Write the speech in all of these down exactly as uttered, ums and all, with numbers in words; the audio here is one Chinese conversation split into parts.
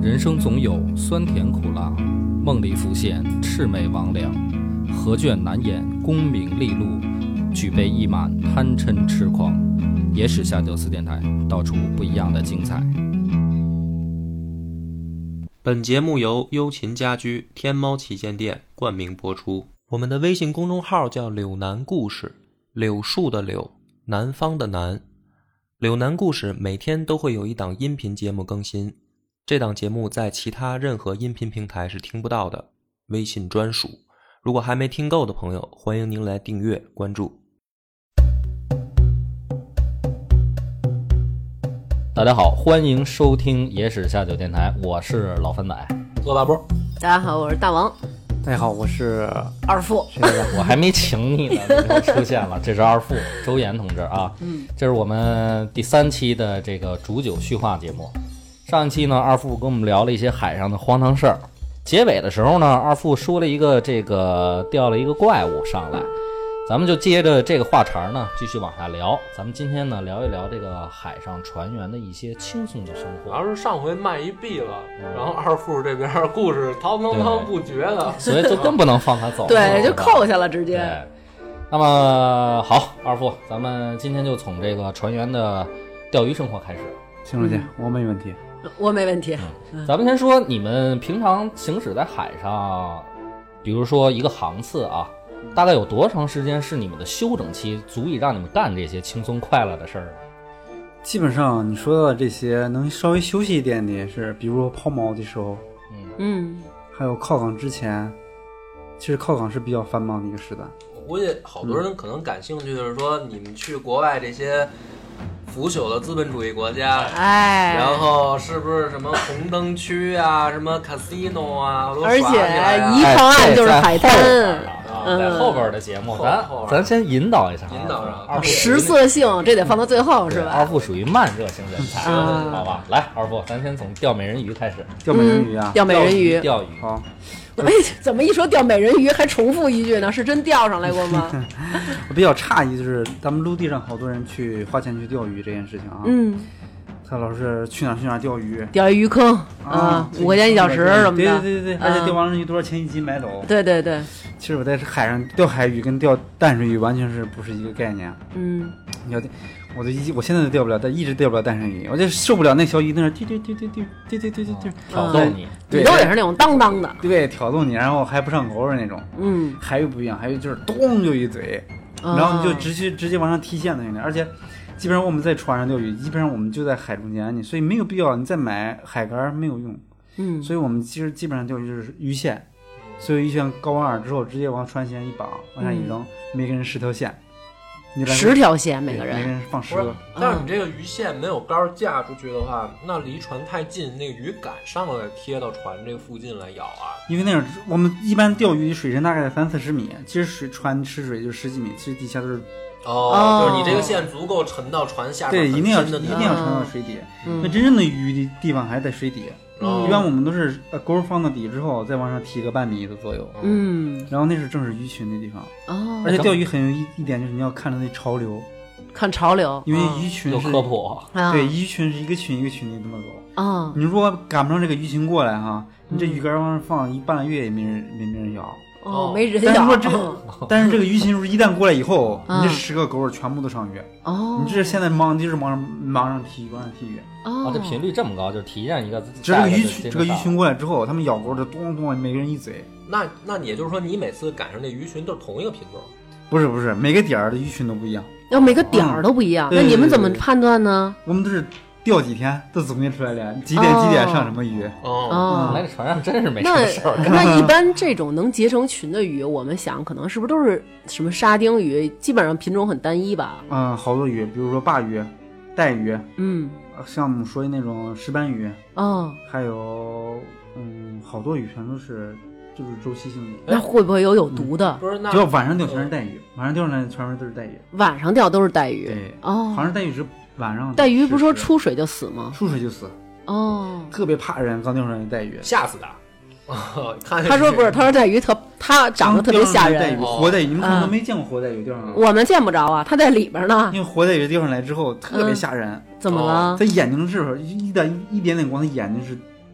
人生总有酸甜苦辣，梦里浮现魑魅魍魉，何卷难掩功名利禄，举杯一满贪嗔痴狂。野史下酒四电台，道出不一样的精彩。 本节目由优琴家居天猫旗舰店冠名播出。我们的微信公众号叫柳南故事，柳树的柳，南方的南。柳南故事每天都会有一档音频节目更新，这档节目在其他任何音频平台是听不到的，微信专属。如果还没听够的朋友，欢迎您来订阅关注。 大家好，欢迎收听野史下酒电台，我是老番仔做大波。 大家好，我是大王。 大家好，我是二副。 我还没请你呢，你就出现了。这是二副周岩同志啊， 嗯， 这是我们第三期的这个煮酒叙话节目。上一期呢，二副跟我们聊了一些海上的荒唐事儿，结尾的时候呢，二副说了一个这个钓了一个怪物上来。咱们就接着这个话茬呢继续往下聊。咱们今天呢聊一聊这个海上船员的一些轻松的生活。 主要是上回卖一币了，然后二副这边故事滔滔滔不绝的， 所以就更不能放他走。 对，就扣下了直接。 那么好，二副，咱们今天就从这个船员的钓鱼生活开始。 行主姐，嗯、我没问题， 我没问题、 嗯。咱们先说你们平常行驶在海上，比如说一个航次啊。大概有多长时间是你们的休整期，足以让你们干这些轻松快乐的事儿？ 基本上你说到的这些，能稍微休息一点的是，比如说抛锚的时候， 嗯嗯， 还有靠港之前，其实靠港是比较繁忙的一个时段。 我估计好多人可能感兴趣，就是说你们去国外这些腐朽的资本主义国家， 哎， 然后是不是什么红灯区啊，什么 casino 啊， 而且一靠岸就是海滩。 啊，在后边的节目，咱咱先引导一下， 引导上二副食色性，这得放到最后是吧？ 二副属于慢热型人才，嗯、好吧？来，二副，咱先从钓美人鱼开始。 钓美人鱼啊， 嗯、钓美人鱼， 钓鱼。 好。 哎，怎么一说钓美人鱼还重复一句呢？是真钓上来过吗？ 我比较诧异，就是咱们陆地上好多人去花钱去钓鱼这件事情啊。 嗯。 他老是去哪儿去哪儿钓鱼， 钓一鱼坑啊，五块钱一小时什么的。 对对对对，而且钓完了鱼多少钱一斤买走。 对对对。 其实我在海上钓海鱼跟钓淡水鱼完全是不是一个概念。 嗯。 你要，我都一我现在都钓不了，但一直钓不了淡水鱼，我就受不了那小鱼在那丢丢丢丢丢丢丢丢丢丢挑逗你， 你都得是那种当当的， 对，挑逗你，然后还不上钩的那种。 嗯。 海鱼不一样，海鱼就是咚就一嘴，然后你就直接直接往上提线的那种，而且。基本上我们在船上钓鱼，基本上我们就在海中间，所以没有必要你再买海竿没有用。 嗯， 所以我们其实基本上钓鱼就是鱼线，所以鱼线高完饵之后，直接往船线一绑，往下一扔，嗯、每个人十条线， 十条线每个人， 每个人放十个。 但是你这个鱼线没有竿架出去的话，那离船太近，那个鱼赶上来贴到船这个附近来咬啊。 因为那种我们一般钓鱼水深大概在三四十米，其实水船吃水就十几米，其实底下都是。 哦，就是你这个线足够沉到船下边， 对，一定要一定要沉到水底。 嗯、 那真正的鱼的地方还在水底。 嗯、 一般我们都是钩放到底之后，再往上提个半米的左右。 嗯， 然后那是正是鱼群的地方。 哦， 而且钓鱼很有一一点就是你要看着那潮流， 看潮流， 因为鱼群是有科普。 对，鱼群是一个群一个群的这么走。 啊， 你如果赶不上这个鱼群过来哈，你这鱼竿往上放一半个月也没人没没人咬。 哦，没人咬。但是说这个， 但是这个鱼群一旦过来以后，你这十个钩全部都上鱼。 哦， 你这现在忙就是忙上忙上提往上提鱼。 哦， 这频率这么高，就是提上一个。 这个鱼群，这个鱼群过来之后，他们咬钩的咚咚，每个人一嘴。 那那也就是说，你每次赶上这鱼群都是同一个品种？ 不是不是，每个点儿的鱼群都不一样。 要每个点儿都不一样， 嗯、 那你们怎么判断呢？ 我们都是。钓几天都总结出来了，几点几点上什么鱼。 哦， 来这船上真是没什么事儿。 那一般这种能结成群的鱼，我们想可能是不是都是什么沙丁鱼？基本上品种很单一吧？ 嗯，好多鱼，比如说鲅鱼、带鱼， 嗯， 像我们说的那种石斑鱼， 哦， 还有嗯，好多鱼全都是就是周期性的。 那会不会有有毒的？ 嗯、不是，那只要晚上钓全是带鱼，晚上钓上来全部都是带鱼。 晚上钓都是带鱼。 对， 哦， 好像带鱼是。晚上带鱼不是说出水就死吗？ 出水就死。 哦， 特别怕人，刚钓上来带鱼， 吓死的。哦、 他说不是，他说带鱼特，他长得特别吓人。 活带鱼，你们可能没见过活带鱼钓上来。 我们见不着啊，他在里边呢。 因为活带鱼钓上来之后特别吓人。 嗯、怎么了？ 他眼睛是一点一点点光，他眼睛是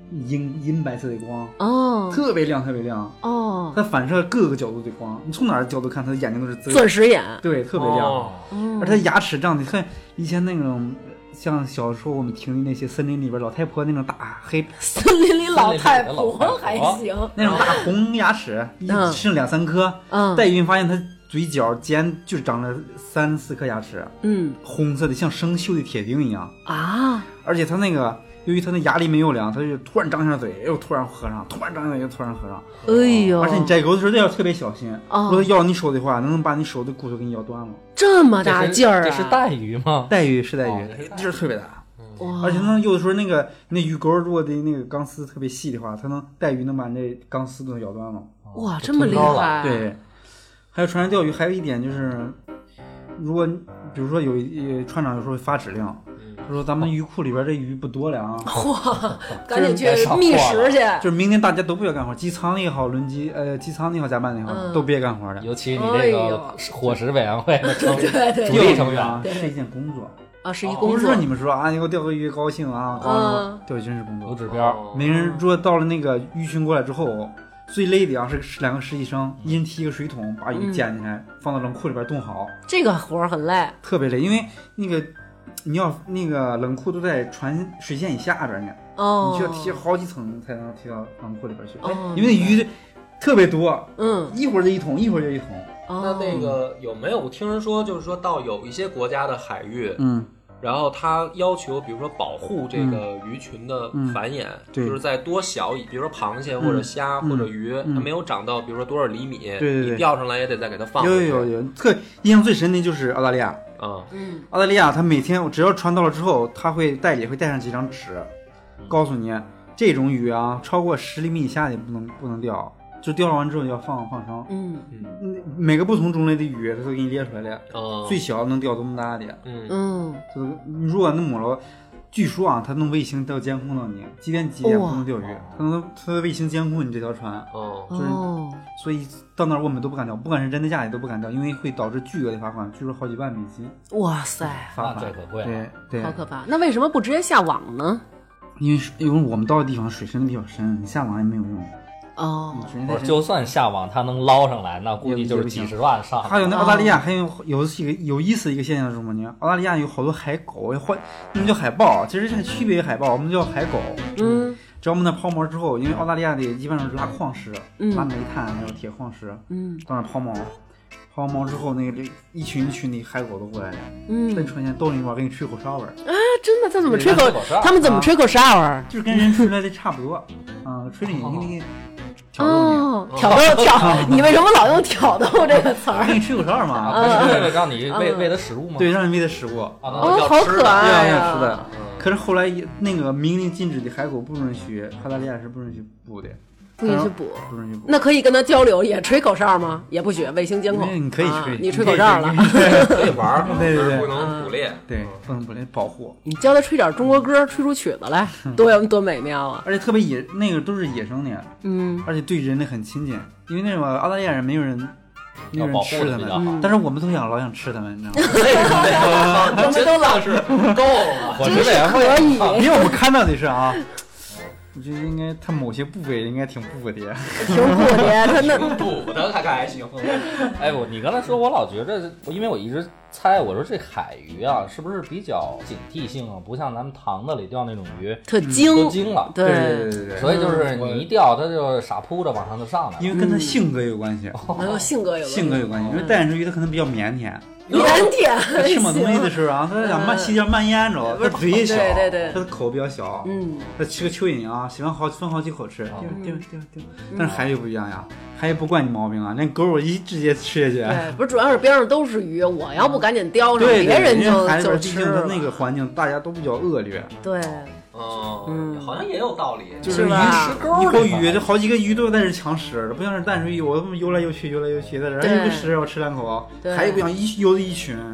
银银白色的光， 哦， 特别亮，特别亮。 哦， 它反射各个角度的光，你从哪儿角度看，它的眼睛都是钻石眼， 对，特别亮。 哦嗯而它牙齿长得很以前那种，像小时候我们听的那些森林里边老太婆那种大黑， 森林里老太森林里的老太婆婆还行， 那种大红牙齿，一嗯剩两三颗。 嗯戴云发现它嘴角尖就是长了三四颗牙齿， 嗯红色的像生锈的铁钉一样。 啊， 而且它那个，由于它那牙力没有两，它就突然张下嘴，又突然合上，突然张下嘴又突然合上。 哎呦， 而且你摘钩的时候都要特别小心， 哦如果它咬你手的话，能把你手的骨头给你咬断了。 这么大劲儿啊！ 这是带鱼吗？ 带鱼是带鱼哦， 劲儿特别大。 哇， 而且呢，有的时候那个那鱼钩如果的那个钢丝特别细的话，它能带鱼能把那钢丝都咬断了。 哇， 就这么厉吞高了害！， 对，还有船上钓鱼，还有一点就是，如果比如说有一船长有时候会发指令，他说咱们鱼库里边这鱼不多了啊， 哇，赶紧去该上货觅食去。 就是明天大家都不要干活，机舱的也好，轮机呃机舱的也好，甲板的也好， 嗯都别干活了。 尤其你哎这呦个伙食委员会的成对对主对力成员， 啊对是一件工作， 啊，是一工作不是说。你们说啊，你给我钓个鱼高兴啊，高兴，钓鱼真是工作。 有指标。 哦每人如果到了那个鱼群过来之后，最累的啊是是两个实习生，一人提一个水桶，把鱼捡起来，放到冷库里边冻好， 这个活儿很累。 特别累，因为那个你要那个冷库都在船水线以下边呢， 哦， 你需要提好几层才能提到冷库里边去， 哦因为那鱼特别多， 嗯， 一会儿就一桶，一会儿就一桶。 哦那那个有没有我听人说，就是说到有一些国家的海域， 嗯， 然后他要求，比如说保护这个鱼群的繁衍， 对就是在多小，比如说螃蟹或者虾嗯或者鱼， 嗯它没有长到比如说多少厘米， 对对对你钓上来也得再给它放有回去。 有有有，特印象最深的就是澳大利亚。 啊， 嗯澳大利亚，它每天只要船到了之后，它会袋里会带上几张纸，告诉你这种鱼啊，超过十厘米以下的不能不能钓，就钓完之后要放放生。 嗯嗯，每个不同种类的鱼，它都给你列出来了， 嗯， 最小能钓多么大的， 嗯嗯， 它都你如果那么了。据说啊，它能卫星到监控到你几点几点不能钓鱼，它能它的卫星监控你这条船， 哦， 就是哦， 所以到那儿我们都不敢钓，不管是真的假的都不敢钓，因为会导致巨额的罚款，据说好几万美金哇塞， 那罚款。 这可贵了。 对对好，可怕！那为什么不直接下网呢？ 因为因为我们到的地方水深比较深，你下网也没有用。 哦， 你水深太深。 不是，就算下网它能捞上来，那估计就是几十万上来。 还有那澳大利亚还有有一个有意思的一个现象是什么呢？澳大利亚有好多海狗，换你们叫海豹，其实这区别于海豹，我们叫海狗。 嗯只要我们那抛锚之后，因为澳大利亚的基本上是拉矿石、 嗯拉煤炭还有铁矿石， 嗯到那儿抛锚，抛锚之后那个一群一群的海狗都过来了， 嗯在你船前兜里边给你吹口哨味儿， 啊，真的？他怎么吹口吹口哨？ 他们怎么吹口哨啊？ 就是跟人吹出来的差不多，啊，吹着你给你挑逗你。 哦，挑逗挑，你为什么老用挑逗这个词儿给？你吹口哨嘛， 啊，不是为了让你喂喂它食物吗？ 对，让你喂它食物。 啊，那哦， 要好可吃的爱要呀！ 吃的。可是后来也那个明令禁止的海狗不允许，澳大利亚是不允许捕的， 不允许捕。 不允许捕。 那可以跟他交流，也吹口哨吗？也不许，卫星监控。 那你可以吹， 啊你吹口哨了。 可以玩儿， 对对对不能捕猎。 对，不能不能保护， 你教他吹点中国歌，吹出曲子来，多多美妙啊！ 而且特别野，那个都是野生的， 嗯而且对人类很亲近，因为那种澳大利亚人没有人。没有人要保护吃他的比较好们，但是我们都想老想吃他们，你知道吗？ 为什么呀？我们都老是够了。 伙食委员会可以， 因为我们看到的是啊，我觉得应该它某些部位应该挺补的。 挺苦的，他那挺补的，他可还行。 哎，我你刚才说，我老觉着，因为我一直猜，我说这海鱼啊，是不是比较警惕性啊？不像咱们塘子里钓那种鱼， 特精， 都精了。 对对对对， 所以就是你一钓，它就傻扑着往上就上来了。 因为跟它性格有关系， 还有性格有关系性格有关系。因为淡水鱼它可能比较腼腆， 腼它腆， 吃么东西的时候啊，它想慢吸点慢咽着，它嘴也小， 对对对它的口比较小， 嗯， 它吃个蚯蚓啊，喜欢好分好几口吃，丢丢丢丢。但是海鱼不一样呀，海鱼不惯你毛病啊，那钩儿一直接吃下去。 对，不是主要是边上都是鱼，我要不赶紧叼上， 对， 别人因为就就海里边毕吃了。 竟它那个环境大家都比较恶劣， 对， 哦， 嗯好像也有道理。 就是鱼吧吃钩，一口鱼这好几个鱼都在这抢食，不像是淡水鱼，我他妈游来游去，游来游去，在这儿对哎有个食我吃两口， 对还有不像一游的一群，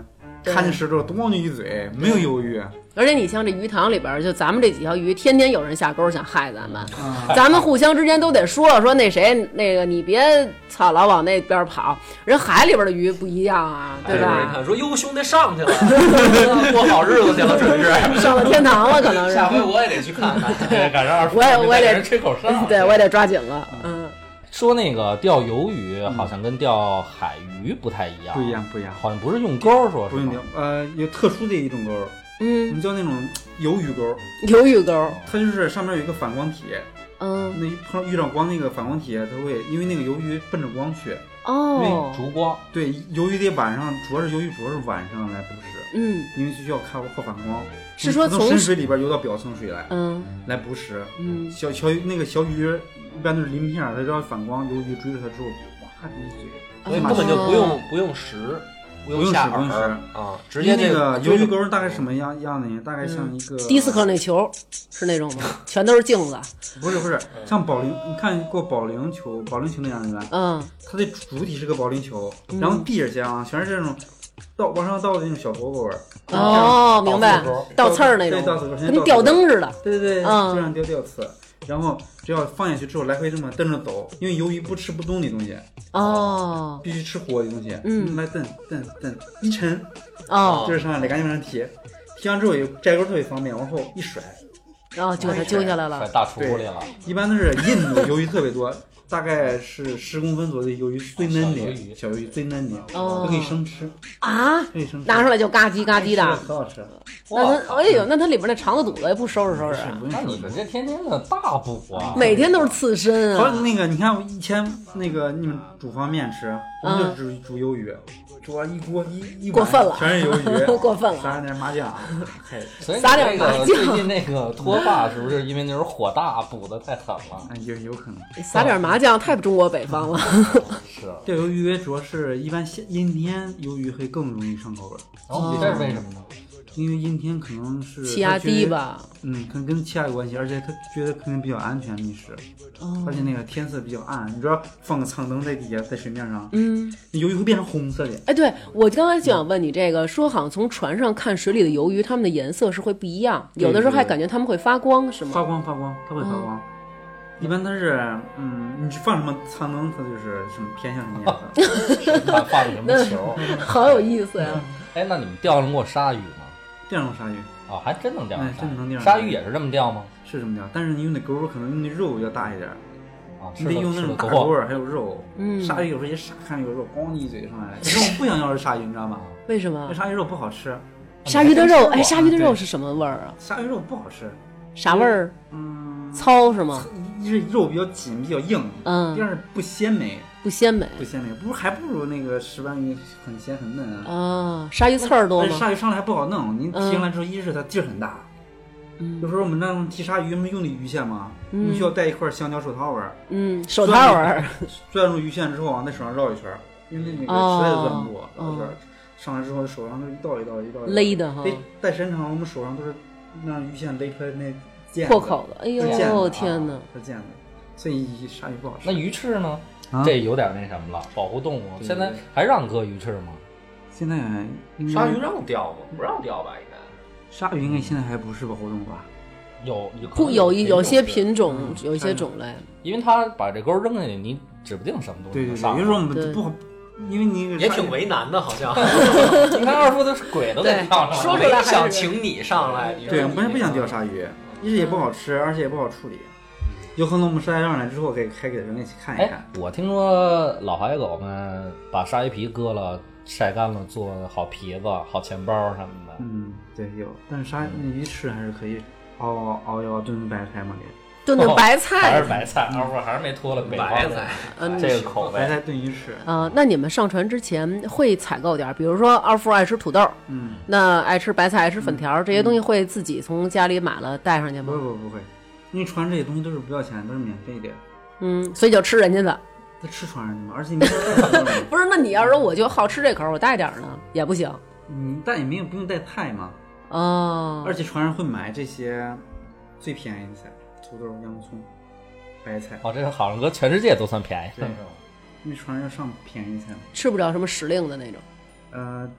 看见石头咣就一嘴，没有犹豫。 而且你像这鱼塘里边，就咱们这几条鱼，天天有人下钩想害咱们， 啊、 咱们互相之间都得说说那谁那个你别操老往那边跑，人海里边的鱼不一样啊，对吧？ 你看说哟兄弟上去了，过好日子去了，准是上了天堂了，可能是。 下回我也得去看看， 赶上二我也我也得吹口哨， 对我也得抓紧了，嗯。 说那个钓鱿鱼好像跟钓海鱼不太一样， 不一样不一样， 好像不是用钩，说是不用钓，呃，有特殊的一种钩， 嗯， 我们叫那种鱿鱼钩。 鱿鱼钩， 它就是上面有一个反光体， 嗯， 那一碰遇上光那个反光体，它会因为那个鱿鱼奔着光去， 哦， 烛光， 对，鱿鱼得晚上，主要是鱿鱼主要是晚上来捕食， 嗯， 因为需要靠靠反光， 是说从深水里边游到表层水来， 嗯， 来捕食， 嗯， 小小那个小鱼一般都是鳞片，它只要反光，鱿鱼追着它之后，哇，一嘴， 所以根本就不用不用食，不用下不用食啊，直接那个鱿鱼钩大概什么样样的呢？大概像一个迪斯科那球是那种吗？全都是镜子？ 不是不是，像保龄，你看过保龄球，保龄球那样的吧？ 嗯， 它的主体是个保龄球，然后地下啊全是这种倒往上倒的那种小头钩儿。 哦，明白，倒刺儿那种，跟那吊灯似的。 对对对， 嗯， 就让吊吊刺。然后只要放下去之后，来回这么蹬着走，因为鱿鱼不吃不动的东西， 哦， 必须吃活的东西， 嗯， 来蹬蹬蹬，一沉， 哦， 就是上来得赶紧往上提，提完之后也摘钩特别方便，往后一甩， 然后就给它揪下来了， 甩大厨里了。 一般都是印度鱿鱼特别多，大概是十公分左右的鱿鱼最嫩的，小鱿鱼最嫩的， 哦， 都可以生吃啊， 可以生吃， 拿出来就嘎叽嘎叽的， 可好吃了。 那它，哎呦，那它里边那肠子肚子也不收拾收拾？ 那你们这天天的大补啊， 每天都是刺身啊。 好，那个你看，以前那个你们煮方便面吃，我们就煮煮鱿鱼，煮完一锅一一过分了， 全是鱿鱼， 过分了， 撒点麻酱， 撒点麻酱。 最近那个脱发是不是因为那时候火大补的太狠了？ 有有可能。 撒点麻酱太中国北方了。 是钓鱿鱼主要是一般阴天鱿鱼会更容易上口味。 哦，这是为什么呢？ 因为阴天可能是气压低吧， 嗯，可能跟气压有关系，而且他觉得可能比较安全觅食， 哦， 而且那个天色比较暗，你知道放个苍灯在底下，在水面上， 嗯， 鱿鱼会变成红色的。 哎，对我刚才就想问你这个，说好像从船上看水里的鱿鱼，它们的颜色是会不一样，有的时候还感觉它们会发光，是吗？ 发光发光，它会发光。哦，一般它是，嗯，你放什么苍灯，它就是什么偏向什么颜色。看放什么球， 好有意思呀！ 哎，那你们钓上过鲨鱼吗？ 钓上鲨鱼哦，还真能钓上， 哎，真能钓上鲨鱼也是这么钓吗？ 是这么钓，但是你用的钩可能用的肉要大一点， 啊， 你得用那种大钩还有肉。嗯，鲨鱼有时候也傻看有肉，咣一嘴上来。其实我不想要是鲨鱼，你知道吗？ 为什么？ 鲨鱼肉不好吃。 鲨鱼的肉，哎，鲨鱼的肉是什么味儿啊？ 鲨鱼肉不好吃， 啥味儿？ 嗯， 糙是吗？ 一是肉比较紧，比较硬，嗯，第二是不鲜美。 不鲜美， 不鲜美，不还不如那个石斑鱼很鲜很嫩啊！ 啊，鲨鱼刺儿多吗？ 鲨鱼上来还不好弄，您提上来之后，一是它劲儿很大， 嗯， 有时候我们那种提鲨鱼，我们用的鱼线嘛，我们需要戴一块橡胶手套儿， 嗯，手套儿， 攥住鱼线之后往在手上绕一圈，因为那个实在是攥不住，绕一圈上来之后手上都一道一道一道勒的哈， 带时间长，我们手上都是那鱼线勒出来那剑破口的，哎呦天哪， 是剑的，所以鲨鱼不好吃。 那鱼翅呢？这有点那什么了，保护动物。现在还让搁鱼翅吗？ 现在鲨鱼让钓吗？不让钓吧？应该。 鲨鱼应该现在还不是保护动物吧？ 有不有有些品种，有一些种类， 因为它把这钩扔下去，你指不定什么东西。 对对对，有时候我们不好，因为你也挺为难的，好像。 你看二叔的鬼都得钓上来， 说出来想请你上来。 对，我们不想钓鲨鱼，一是也不好吃，而且也不好处理。有可能我们晒上来之后，给还给人家去看一看。 我听说老海狗们把鲨鱼皮割了、晒干了，做好皮子、好钱包什么的。 嗯，对，有。但是鲨鱼翅还是可以熬熬一熬炖炖白菜嘛，给炖炖白菜， 还是白菜。二叔还是没脱了北方菜， 嗯， 这个口味。 白菜炖鱼翅。 啊，那你们上船之前会采购点，比如说二叔爱吃土豆， 嗯， 那爱吃白菜、爱吃粉条，这些东西会自己从家里买了带上去吗？ 不不不会。因为船这些东西都是不要钱，都是免费的。 嗯，所以就吃人家的。 他吃船上去嘛，而且你不是，那你要说我就好吃这口，我带点呢也不行。 你带也没有不用带菜嘛。 哦。 而且船上会买这些最便宜的菜，土豆、洋葱、白菜。 哦，这个好像搁全世界都算便宜。 对，因为船上要上便宜菜嘛。 吃不着什么时令的那种。 呃，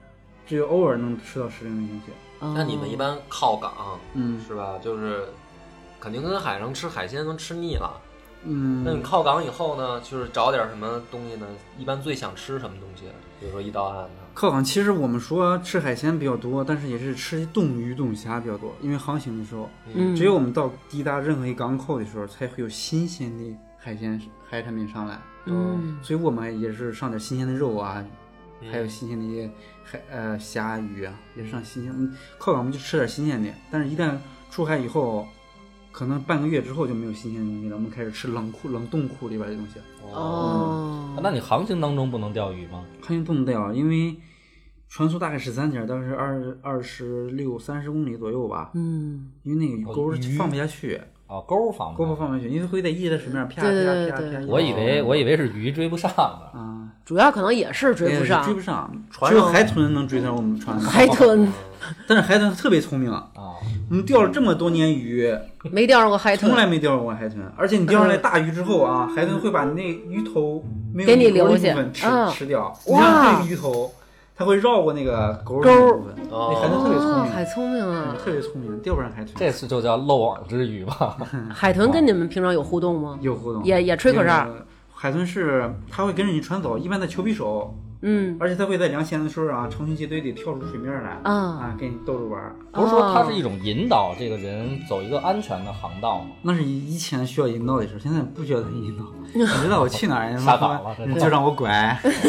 只有偶尔能吃到时令的东西。 那你们一般靠港， 嗯， 是吧？就是肯定跟海上吃海鲜能吃腻了。 嗯， 那你靠港以后呢，就是找点什么东西呢？一般最想吃什么东西？比如说一到岸呢？ 靠港其实我们说吃海鲜比较多，但是也是吃冻鱼、冻虾比较多，因为航行的时候， 嗯， 只有我们到抵达任何一港口的时候，才会有新鲜的海鲜海产品上来。 嗯， 所以我们也是上点新鲜的肉啊， 嗯、 还有新鲜的一些海呃虾鱼啊，也是上新鲜。嗯，靠港我们就吃点新鲜的，但是一旦出海以后，可能半个月之后就没有新鲜的东西了，我们开始吃冷库、冷冻库里边的东西。 哦， 那你航行当中不能钓鱼吗？ 航行不能钓，因为船速大概十三天，大概是二二十六、三十公里左右吧。 嗯， 因为那个钩放不下去。 哦，钩放钩放不下去，因为会在一直在水面上啪啪啪啪。 我以为我以为是鱼追不上的啊， 主要可能也是追不上， 追不上。只有海豚能追上我们船。 海豚， 但是海豚特别聪明啊！我们钓了这么多年鱼， 没钓上过海豚， 从来没钓上过海豚。而且你钓上来大鱼之后啊，海豚会把那鱼头没有给你留下， 吃吃掉。 哇， 这个鱼头。它会绕过那个钩的部分，那海豚特别聪明， 海聪明啊， 特别聪明，钓不上海豚。 这次就叫漏网之鱼吧。 海豚跟你们平常有互动吗？ 有互动， 也也吹口哨。 海豚是它会跟着你船走，一般在球匕首， 嗯， 而且它会在量线的时候啊，成群结队地跳出水面来，啊啊，跟你逗着玩。 不是说它是一种引导这个人走一个安全的航道吗？ 那是以前需要引导的时候，现在不需要他引导。你知道我去哪儿， 下岗了， 你就让我拐。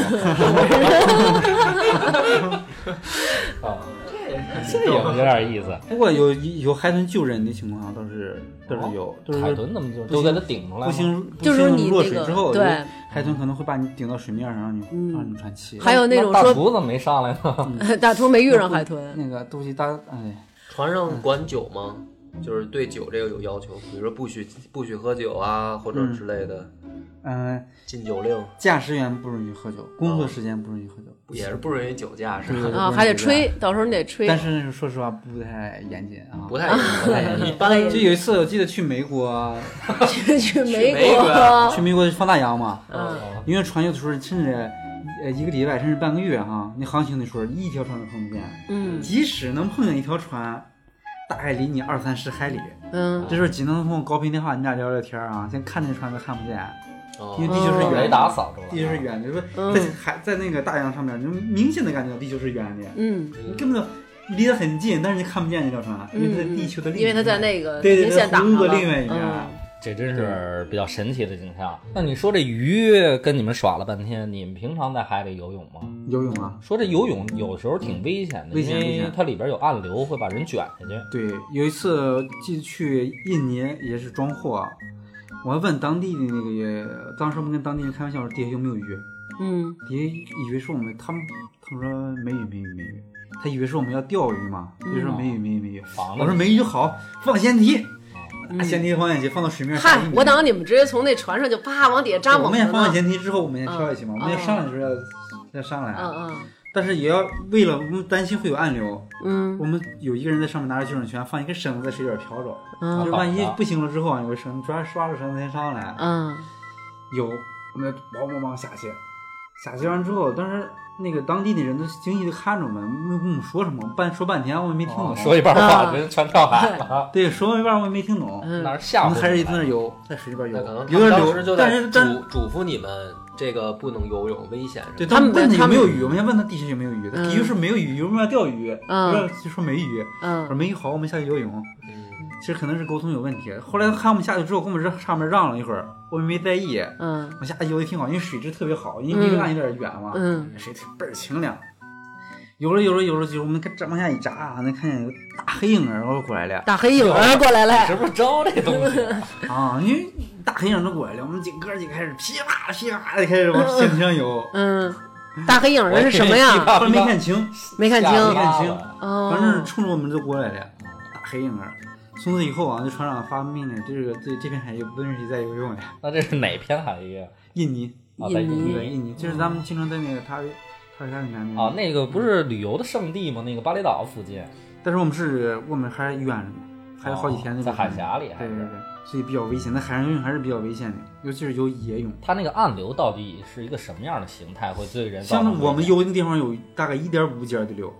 啊，这有有点意思。 不过有有海豚救人的情况倒是倒是有，就是海豚怎么就都给它顶出来？ 不行， 就是你落水之后， 对， 海豚可能会把你顶到水面上，让你让你喘气。 还有那种大厨怎么没上来呢？ 大厨没遇上海豚。 那个东西大哎， 船上管酒吗？就是对酒这个有要求，比如说不许不许喝酒啊，或者之类的。 嗯， 禁酒令。 驾驶员不允许喝酒，工作时间不允许喝酒， 也是不允许酒驾是吧？啊，还得吹，到时候你得吹。 但是说实话不太严谨啊， 不太不太严谨。一般就有一次我记得去美国， 去去美国， 去美国放大洋嘛。 嗯。 因为船有的时候甚至呃一个礼拜甚至半个月哈，你航行的时候一条船都碰不见。 嗯。 即使能碰见一条船。大概离你二三十海里， 嗯， 这时候只能通过高频电话你俩聊聊天啊，先看那船都看不见， 哦、 因为地球是圆， 雷达扫住了， 地球是圆的，就是在海在那个大洋上面，就明显的感觉到地球是圆的， 嗯， 你根本就离得很近，但是你看不见那条船，因为它在地球的另一因为它在那个对对对红的另外一面。 这真是比较神奇的景象。那你说这鱼跟你们耍了半天，你们平常在海里游泳吗？ 游泳啊。 说这游泳有时候挺危险的， 危险因为它里边有暗流，会把人卷下去。 对，有一次记去印尼也是装货，我还问当地的那个，当时我们跟当地人开玩笑说底下有没有鱼， 嗯， 底下以为是我们，他们他们说没鱼没鱼没鱼，他以为是我们要钓鱼嘛，就说没鱼没鱼没鱼，我说没鱼好，放舷梯。拿舷梯放下去，放到水面上。 嗨，我当你们直接从那船上就啪往底下扎猛。 我们也放完舷梯之后，我们也跳下去嘛。我们也上来的时候要要上来。 嗯嗯。 但是也要为了我们担心会有暗流， 嗯， 我们有一个人在上面拿着救生圈，放一根绳子在水里边漂着， 嗯， 就是万一不行了之后啊，有个绳抓抓着绳子先上来。 嗯。 有，我们梆梆梆下去，下去完之后，当时。那个当地的人都惊异的看着我们，没跟我们说什么，半说半天我也没听懂。 哦、说一半话，人全跳海了。 对，说一半我也没听懂。 哪儿吓唬？ 还是在那游，在水里边游。 可能有点流， 但是嘱嘱咐你们这个不能游泳，危险。 对，他们问他有没有鱼，我们先问他地下有没有鱼，他有时候没有鱼，有没有钓鱼， 嗯， 就说没鱼， 嗯， 我说没鱼好，我们下去游泳。 嗯， 其实可能是沟通有问题。后来看我们下去之后，跟我们这上面让了一会儿，我们没在意。 嗯， 我下去游的挺好，因为水质特别好，因为离岸有点远嘛， 嗯， 水倍儿清凉。游着游着游着游，我们往下一扎，能看见有大黑影儿过来了。 大黑影儿过来了， 是不是招这东西啊？因为大黑影都过来了，我们几个就开始噼啪噼啪的开始往舷梯上游。 嗯，大黑影儿是什么呀？ 后来没看清， 没看清， 没看清， 哦， 反正冲着我们就过来了，大黑影儿。从此以后啊，这船长发命令，这个这这片海域不允许再游泳了。 那这是哪片海域？ 印尼啊，在印尼， 对印尼，就是咱们经常在那个塔塔尔山里面啊，那个不是旅游的胜地吗？那个巴厘岛附近。 但是我们是我们还远着呢，还有好几天的、 哦、在海峡里， 对对对，所以比较危险。在海上游泳还是比较危险的，尤其是游野泳。 它那个暗流到底是一个什么样的形态，会对人造成？ 像我们游的地方有大概一点五节的流。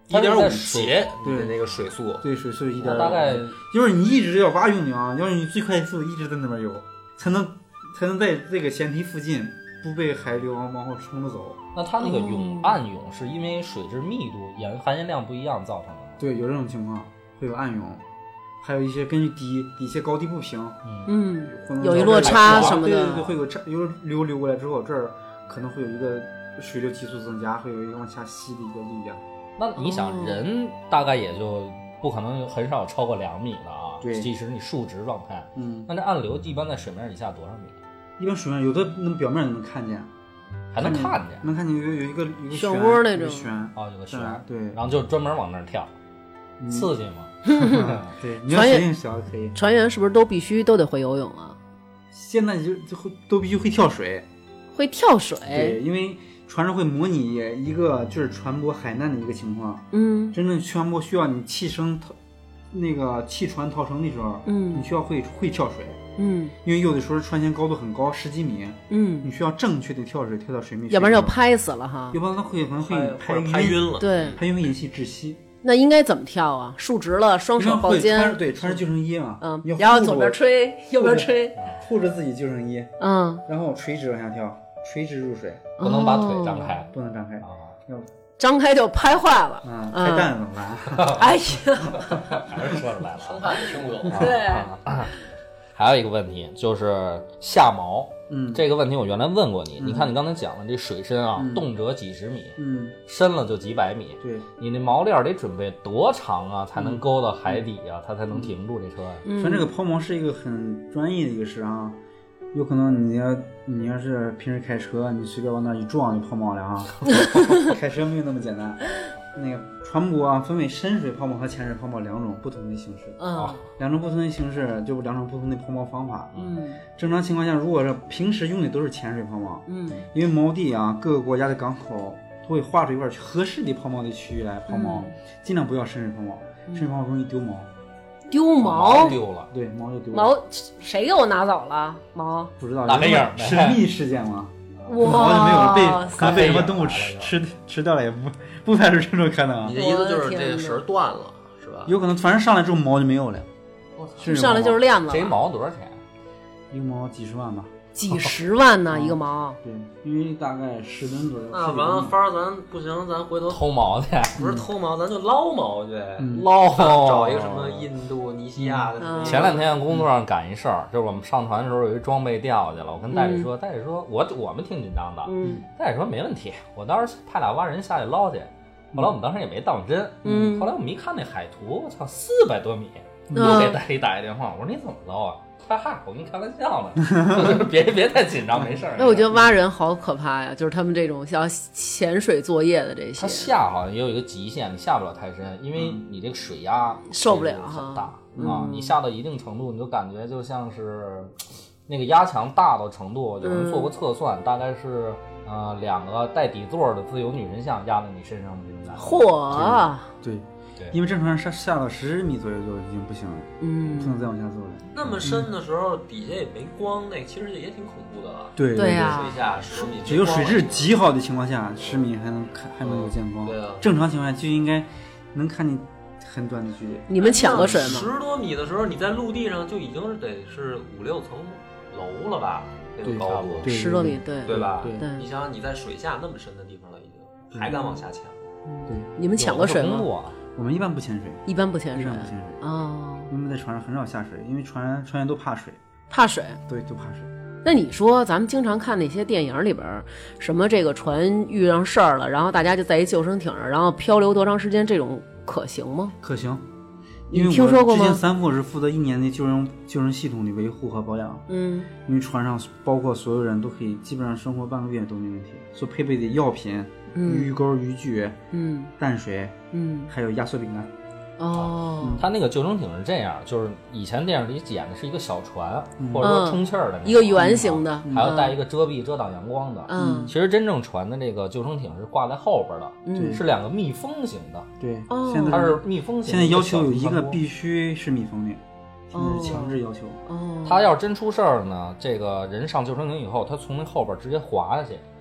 一点五它是在节对的那个水速， 对，水速一点， 大概就是你一直要蛙泳啊，要是你最快速一直在那边游，才能才能在这个舷体附近不被海流往往后冲着走。 那它那个涌暗涌是因为水质密度盐含盐量不一样造成的吗？ 对，有这种情况，会有暗涌，还有一些根据底底下高低不平， 嗯， 可能有一落差什么的对对对，会有差，有流流过来之后，这儿可能会有一个水流急速增加，会有一个往下吸的一个力量。 那你想，人大概也就不可能很少有超过两米的啊， 对即使你竖直状态， 嗯， 那这暗流一般在水面以下多少米？ 一般水面有的那表面能看见， 还能看见？ 能看见有有一个有一个漩漩涡那种漩， 哦，有个旋， 对， 然后就专门往那儿跳， 嗯刺激吗？ 对，你要船员适应小可以。 船员是不是都必须都得会游泳啊？ 现在就就会都必须会跳水， 会跳水？ 对，因为船上会模拟一个就是船舶海难的一个情况， 嗯真正船舶需要你弃生逃，那个弃船逃生的时候， 嗯你需要会会跳水， 嗯因为有的时候船舷高度很高，十几米， 嗯， 你需要正确的跳水跳到水面， 要不然就拍死了哈。 要不然它会可能会拍或者晕， 拍晕了。 对， 拍晕会引起窒息。 那应该怎么跳啊？竖直了，双手抱一般会穿肩， 对，穿着救生衣嘛， 嗯你要， 然后护住左边吹，右边吹， 护着自己救生衣， 嗯， 然后垂直往下跳，垂直入水， 不能把腿哦张开不能张开， 啊！ 要张开就拍坏了。 啊， 嗯开蛋怎么办？ 哎呀， 还是说出来了生怕你听不懂。 对， 啊。还有一个问题就是下锚， 嗯， 这个问题我原来问过你。你看你刚才讲的这水深啊， 嗯动辄几十米， 嗯， 深了就几百米。 对， 你那锚链得准备多长啊，才能勾到海底啊，它才能停住这车呀？ 嗯反正这个抛锚是一个很专业的一个事啊，有可能你要你要是平时开车，你随便往那一撞就抛锚了啊。开车没有那么简单。那个船舶啊，分为深水抛锚和潜水抛锚两种不同的形式， 嗯两种不同的形式就两种不同的抛锚方法。 嗯正常情况下，如果是平时用的都是潜水抛锚， 嗯因为锚地啊，各个国家的港口都会划出一块合适的抛锚的区域来抛锚， 嗯尽量不要深水抛锚，深水抛锚容易丢锚。 丢锚锚， 丢了， 对，锚就丢了。 锚谁给我拿走了？锚， 不知道打黑影儿呗神秘事件吗？锚就没有哇了，被可能被什么动物打黑吃影儿吃吃掉了，也不不排除这种可能你。的意思就是这个绳断了，是吧？ 有可能，反正上来之后锚就没有了。是上来就是链子这一了， 锚多少钱？ 一个锚几十万吧？ 几十万呢一个锚。 对，因为大概十吨左右。 那完了，帆儿咱不行，咱回头偷锚去， 不是偷锚，咱就捞锚去， 嗯捞找一个什么印度尼西亚的什么。 嗯前两天工作上赶一事儿，就是我们上船的时候有一装备掉下去了，我跟戴理说，戴理说我我们挺紧张的， 嗯戴理说没问题，我当时派俩蛙人下去捞去。后来我们当时也没当真， 嗯后来我们一看那海图，我操，四百多米， 嗯又给戴理打一电话，我说你怎么捞啊？哈哈，我跟你开玩笑呢，别别太紧张，没事儿。 那我觉得蛙人好可怕呀，就是他们这种像潜水作业的这它些， 下好像也有一个极限，你下不了太深，因为你这个水压受不了很哈大啊嗯。 你下到一定程度，你就感觉就像是那个压强大到程度，有人做过测算，大概是呃两个带底座的自由女神像压在你身上的这种感觉。 嚯， 对， 对因为正常下下到十米左右就已经不行了，不能嗯， 再往下走了。 那么深的时候，底下也没光，那其实也挺恐怖的了。 对对呀水下十米， 只有水质极好的情况下，十米还能看还能有见光。 对啊正常情况下就应该能看见很短的距离。 你们潜过水吗？ 十多米的时候，你在陆地上就已经是得是五六层楼了吧？那个对高度， 对十多米，对对吧？ 对对你想想，你在水下那么深的地方了，已经还敢往下潜？ 对， 你们潜过水吗？ 有的是公路啊我们一般不潜水， 一般不潜水一般不潜水， 哦， 因为在船上很少下水，因为船船员都怕水， 怕水。 对，都怕水。 那你说，咱们经常看那些电影里边，什么这个船遇上事儿了，然后大家就在一救生艇上，然后漂流多长时间，这种可行吗？ 可行， 你因为听说过吗我之前三副是负责一年的救生救生系统的维护和保养， 嗯因为船上包括所有人都可以基本上生活半个月都没问题。所配备的药品、鱼嗯钩、渔具、 嗯淡水， 嗯， 还有压缩饼干。 哦， 它那个救生艇是这样，就是以前电影里演的是一个小船， 嗯或者说充气儿的那种一个圆形的， 还要带一个遮蔽遮挡阳光的。 嗯其实真正船的这个救生艇是挂在后边的， 嗯是两个密封型的， 对， 哦现在它是密封型的。 现在要求有一小船舶个必须是密封的，现在是强制要求。 哦， 他要是真出事儿呢，这个人上救生艇以后，他从那后边直接滑下去，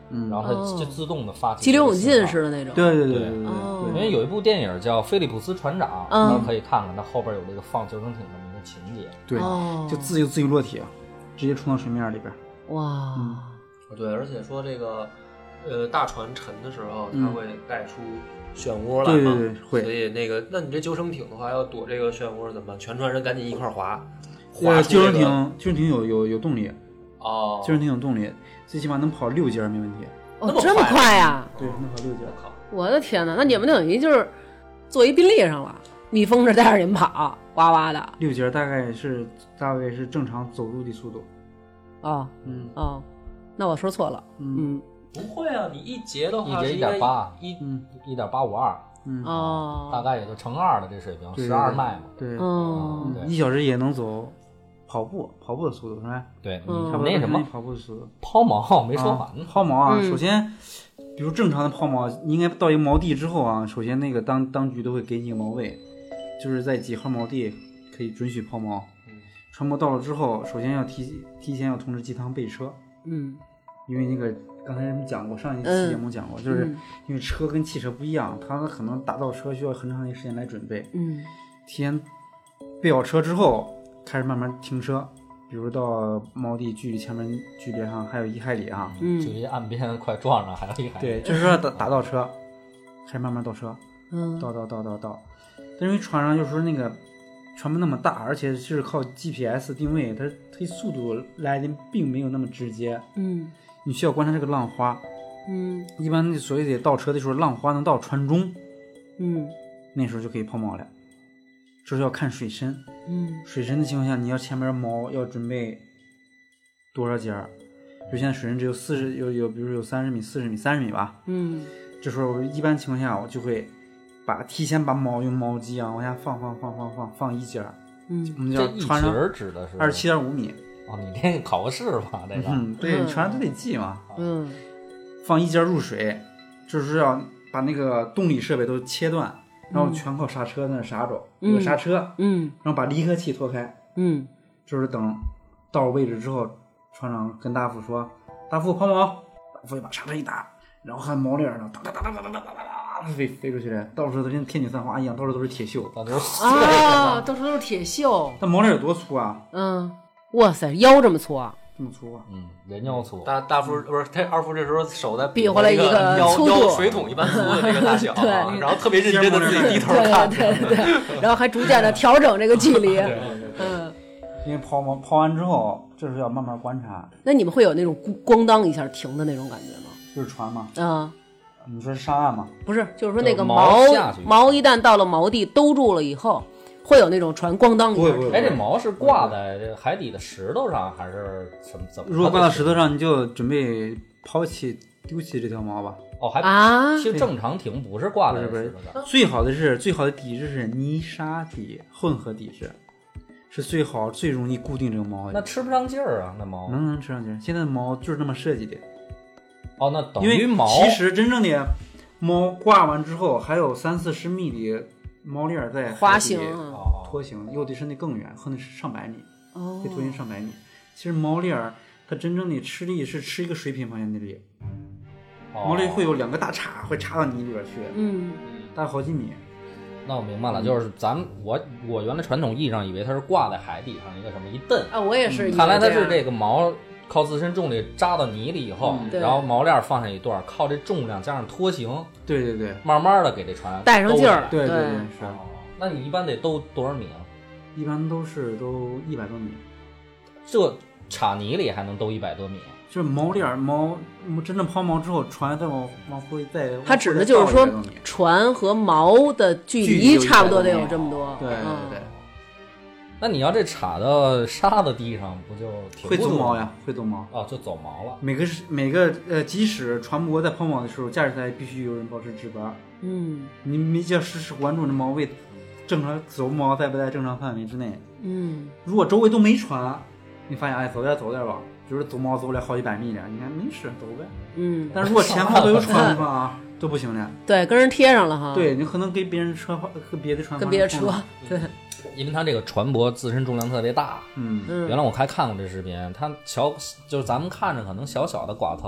嗯， 然后它就自动的发起激流勇进似似的那种。 对对对对对哦因对为有一部电影叫《菲利普斯船长》， 嗯大家可以看看，它后边有这个放救生艇这么一个情节。 对哦对，就自由自由落体，直接冲到水面里边。 哇， 嗯对，而且说这个，呃，大船沉的时候，它嗯会带出漩涡来嘛， 对对对会所以那个，那你这救生艇的话，要躲这个漩涡怎么办？全船人赶紧一块儿滑，滑呃，救出这个生艇救生艇有有有动力， 哦， 救生艇有动力，最起码能跑六节没问题。 哦那么这么快快呀！ 对，能跑六节。 我靠， 我的天哪，那你们等于就是坐一宾利上了，蜜蜂这带着你们跑，哇哇的。 六节大概是大概是正常走路的速度。 哦嗯哦，那我说错了。 嗯嗯不会啊，你一节的话一节是应该一点八一嗯一点八五二， 嗯， 哦， 大概也就乘二的这水平， 对十二迈嘛。 对， 哦嗯嗯一小时也能走跑步跑步的速度是吧？ 对， 嗯你差不多那什么跑步的速度。 抛锚没说啊完呢。 抛锚啊， 嗯首先，比如正常的抛锚，你应该到一个锚地之后啊，首先那个当当局都会给你一个锚位，就是在几号锚地可以准许抛锚。船舶到了之后，首先要提提前要通知机舱备车， 嗯因为那个刚才人们讲过，上一期节目讲过，就是嗯因为车跟汽车不一样，它可能打造车需要很长的时间来准备， 嗯提前备好车之后，开始慢慢停车，比如到锚地距离前面距离上还有一海里啊， 就嗯离岸边快撞上，还有一海。 对，就是说打打倒车，开始慢慢倒车， 嗯倒倒倒倒倒。但是因为船上就是说那个船不那么大，而且是靠 G P S 定位，它它速度来的并没有那么直接， 嗯你需要观察这个浪花。 嗯一般所谓的倒车的时候，浪花能到船中， 嗯那时候就可以抛锚了。这是要看水深， 嗯水深的情况下，你要前面锚要准备多少节儿？就现在水深只有四十，有有，比如说有三十米、四十米、三十米吧。 嗯这时候我一般情况下，我就会把提前把锚用锚机啊往下放放放放放放一节儿， 嗯我们这一叫船上节儿指的是二十七点五米。 哦，你这个考个试吧，这个。 嗯，对， 嗯船上都得记嘛。 嗯放一节儿入水，就是要把那个动力设备都切断，然后全靠刹车在那刹着， 嗯有个刹车， 嗯然后把离合器脱开， 嗯就是等到位置之后，船长跟大副说：“大副抛锚。”大副就把刹车一打，然后看锚链呢，哒哒哒哒哒哒哒哒哒飞飞出去了，到处都跟天女散花一样，到处都是铁锈。 到时候啊，到处都是铁锈。 但锚链有多粗啊？ 嗯，哇塞，腰这么粗啊！ 这么粗啊？ 嗯，人腰粗。 大大夫不是他二夫这时候手在比划了一一个腰粗度腰水桶一般粗的这个大小， 对然后特别认真的自己低头看。 对对对对，然后还逐渐的调整这个距离。嗯， 因为抛锚抛完之后，这是要慢慢观察， 那你们会有那种咣咣当一下停的那种感觉吗？ 就是船嘛。 啊， 你说是上岸嘛？ 不是，就是说那个就锚下去锚一旦到了锚地兜住了以后，会有那种船咣当一下停。 不会不会哎，这锚是挂在这海底的石头上，还是什么？怎么？ 如果挂到石头上，你就准备抛弃丢弃这条锚吧。 哦，还啊其实正常停不是挂在不是不是石头上。 最好的是最好的底质是泥沙底混合底质，是最好最容易固定这个锚的。 那吃不上劲儿啊，那锚。 能能吃上去。现在的锚就是这么设计的， 哦，那等因为于锚。 其实真正的锚挂完之后，还有三四十米的锚链在海底滑行啊哦， 拖行，有的是那更远，可能是上百米， 哦可以拖行上百米。其实锚链儿它真正的吃力是吃一个水平方向的力， 哦锚链会有两个大叉，会插到泥里边去， 嗯大概好几米。 那我明白了，就是咱们我我原来传统意义上以为它是挂在海底上一个什么一蹬， 啊，我也是以为样。 看来它是这个锚靠自身重力扎到泥里以后， 嗯对然后锚链放下一段，靠这重量加上拖行， 对对对慢慢的给这船带上劲儿兜起来对对对对是， 哦那你一般得兜多少米啊？ 一般都是都一百多米。 这插泥里还能兜一百多米？ 就是锚链儿锚真正抛锚之后，船再往往回再， 它指的就是说往后再倒一百多米船和锚的距离距离有差不多得一百多米有这么多。 对对嗯对， 那你要这插到沙子地上，不就停会不住吗？ 走锚呀，会走锚。 哦，就走锚了。 每个是每个呃，即使船舶在抛锚的时候，驾驶台必须有人保持值班。 嗯你你就要时时关注这锚位正常走锚在不在正常范围之内。 嗯如果周围都没船，你发现哎走点走点吧，就是走锚走了好几百米了，你看没事走呗。 嗯， 但是如果前后都有船的话啊，都不行了。 对，跟人贴上了哈。， 对你可能跟别人车和别的船跟别的车发生碰撞。 对， 因为它这个船舶自身重量特别大。 嗯， 嗯， 原来我还看过这视频，它小就是咱们看着可能小小的剐蹭，就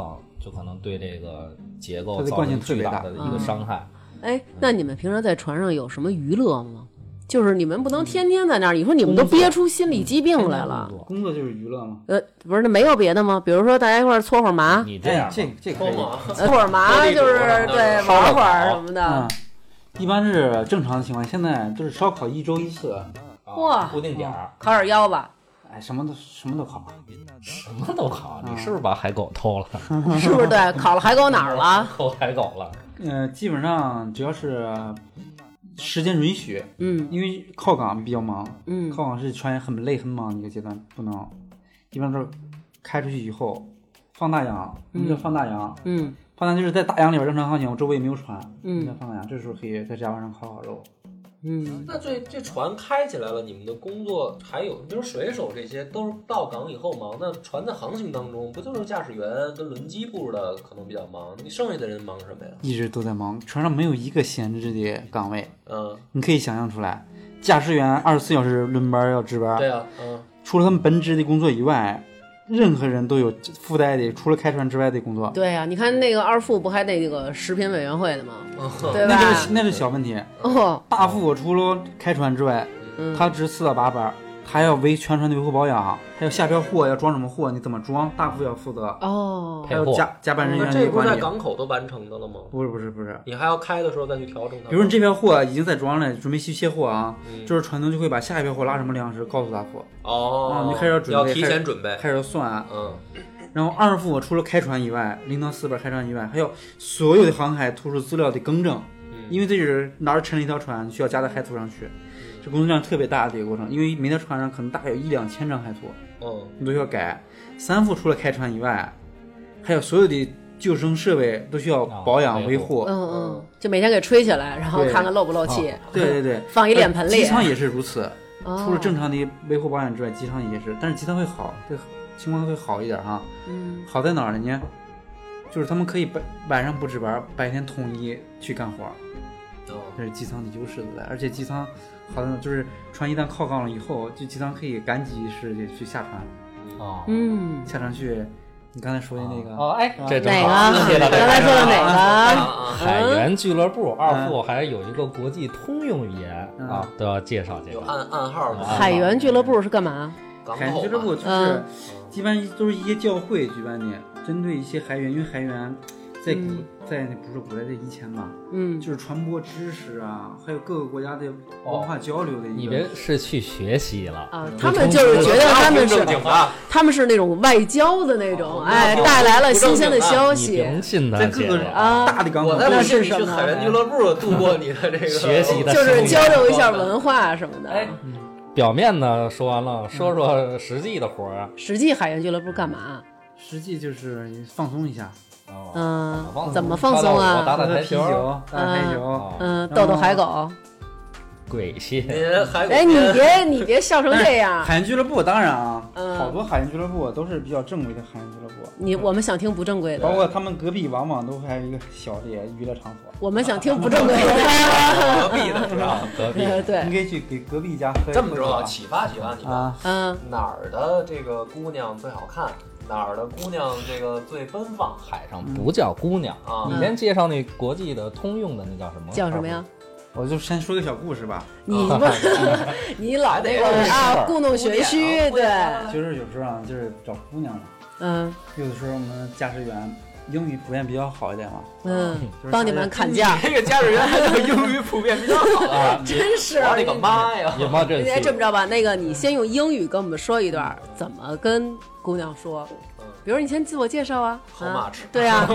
就可能对这个结构它的造成惯性特别大巨大的一个伤害。 哎，那你们平常在船上有什么娱乐吗？就是你们不能天天在那儿，你说你们都憋出心理疾病来了。 工作就是娱乐嘛。 呃，不是，那没有别的吗？比如说大家一块儿搓会儿麻， 你这样哎，这这可以。 搓会儿麻就是对玩会儿什么的。 嗯，一般是正常的情况，现在都是烧烤一周一次。 哇， 固定点儿， 烤点腰吧， 哎，什么都什么都烤。 什么都烤。你是不是把海狗偷了？ 是不是？对，烤了海狗哪儿了？ 偷海狗了。 呃，基本上只要是时间允许， 嗯因为靠港比较忙， 嗯靠港是船员很累很忙的一个阶段，不能，一般都是开出去以后放大洋，我们叫放大洋， 嗯放大洋就是在大洋里边正常航行，周围没有船， 嗯叫放大洋，这时候可以在甲板上烤烤肉。 嗯， 那这这船开起来了，你们的工作还有，比如水手这些都是到港以后忙。那船在航行当中，不就是驾驶员跟轮机部的可能比较忙？你剩下的人忙什么呀？ 一直都在忙，船上没有一个闲置的岗位， 嗯， 你可以想象出来，驾驶员二十四小时轮班要值班， 对啊，嗯， 除了他们本职的工作以外，任何人都有附带的除了开船之外的工作。 对呀、啊，你看那个二副不还那个食品委员会的吗？对吧？ 那是那是小问题。 哦， 大副除了开船之外， 嗯他值四到八班，他要维全船的维护保养，还有下标货要装什么货，你怎么装，大副要负责。 哦， 还有加加班人那员这不是在的管理。 港口都完成的了吗？ 不是不是不是， 你还要开的时候再去调整它。 比如你这票货已经在装了，准备去卸货啊， 嗯就是船东就会把下一票货拉什么粮食告诉大副， 哦， 啊你开始要准备要提前准备， 开始算。 嗯， 然后二副除了开船以外，零到四班开船以外，还有所有的航海图书资料的更正，因为这是哪儿沉了一条船，需要加在海图上去，这工作量特别大的一个过程。因为每条船上可能大概有一两千张海图， 嗯， 你都需要改。三副除了开船以外，还有所有的救生设备都需要保养维护。 嗯嗯，就每天给吹起来，然后看看漏不漏气。 对对对， 放一脸盆里。 机舱也是如此， 哦、 除了正常的维护保养之外，机舱也是，但是机舱会好，会情况会好一点哈。 嗯， 好在哪儿呢？就是他们可以白晚上不值班，白天统一去干活。 哦， 这是机舱的优势所在。而且机舱好在就是船一旦靠港了以后，就机舱可以赶集式的去下船。 哦， 嗯， 下船去。你刚才说的那个哦，哎，这哪个？ 刚才说的哪个？ 海员俱乐部二副还有一个国际通用语言啊，都要介绍介绍。 有暗暗号的。 海员俱乐部是干嘛？ 海员俱乐部就是一般都是一些教会举办的，针对一些海员，因为海员在古在那不是古代在以前嘛， 嗯， 就是传播知识啊，还有各个国家的文化交流的一个。 你别是去学习了啊，他们就是觉得他们是他们是那种外交的那种，哎，带来了新鲜的消息。 你信他在各个啊大的港口， 我才不信你去海员俱乐部度过你的这个学习的， 就是交流一下文化什么的。 哎， 表面呢说完了，说说实际的活儿。 实际海员俱乐部干嘛？ 实际就是放松一下。 嗯，怎么放松啊？ 打打台球， 打打台球， 嗯，逗逗海狗。 鬼戏！ 哎，你别你别笑成这样。 海员俱乐部当然啊，好多海员俱乐部都是比较正规的海员俱乐部。 你我们想听不正规的， 包括他们隔壁往往都还有一个小的娱乐场所。 我们想听不正规的， 隔壁的是吧？ 隔壁对， 你可以去给隔壁家喝。 这么着，启发启发你啊， 嗯， 哪儿的这个姑娘最好看？哪儿的姑娘这个最奔放？ 海上不叫姑娘啊！ 你先介绍那国际的通用的那叫什么？ 叫什么呀？ 我就先说个小故事吧。 你不，你老那个啊，故弄玄虚，对。 就是有时候啊，就是找姑娘嘛。 嗯。 有的时候我们驾驶员英语普遍比较好一点嘛。 嗯。帮你们砍价。 这个驾驶员还有英语普遍比较好啊！ 真是。 我的个妈呀！ 有吗？这应该这么着吧？那个，你先用英语跟我们说一段，怎么跟姑娘说？比如你先自我介绍啊。 How much？ 对啊。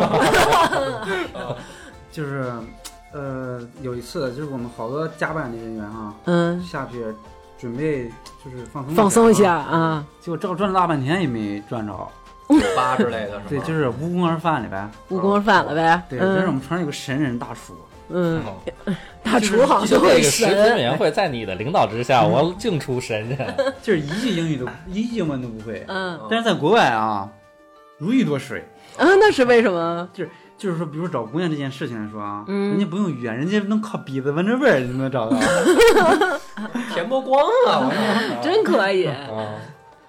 就是。呃，有一次就是我们好多加班的人员哈， 嗯， 下去准备就是放松放松一下啊， 结果照转了大半天也没转着， 酒吧之类的是吧？ 对，就是无功而返了呗， 无功而返了呗。 对，但是我们船上有个神人大厨， 嗯，大厨好像会神。 食品委员会在你的领导之下，我净出神人， 就是一句英语都一句英文都不会， 嗯， 但是在国外啊，如鱼得水啊，那是为什么？ 就是。就是说，比如找姑娘这件事情来说啊，嗯、人家不用语言，人家能靠鼻子闻着味儿就能找到。 田伯光啊， 真可以。 啊，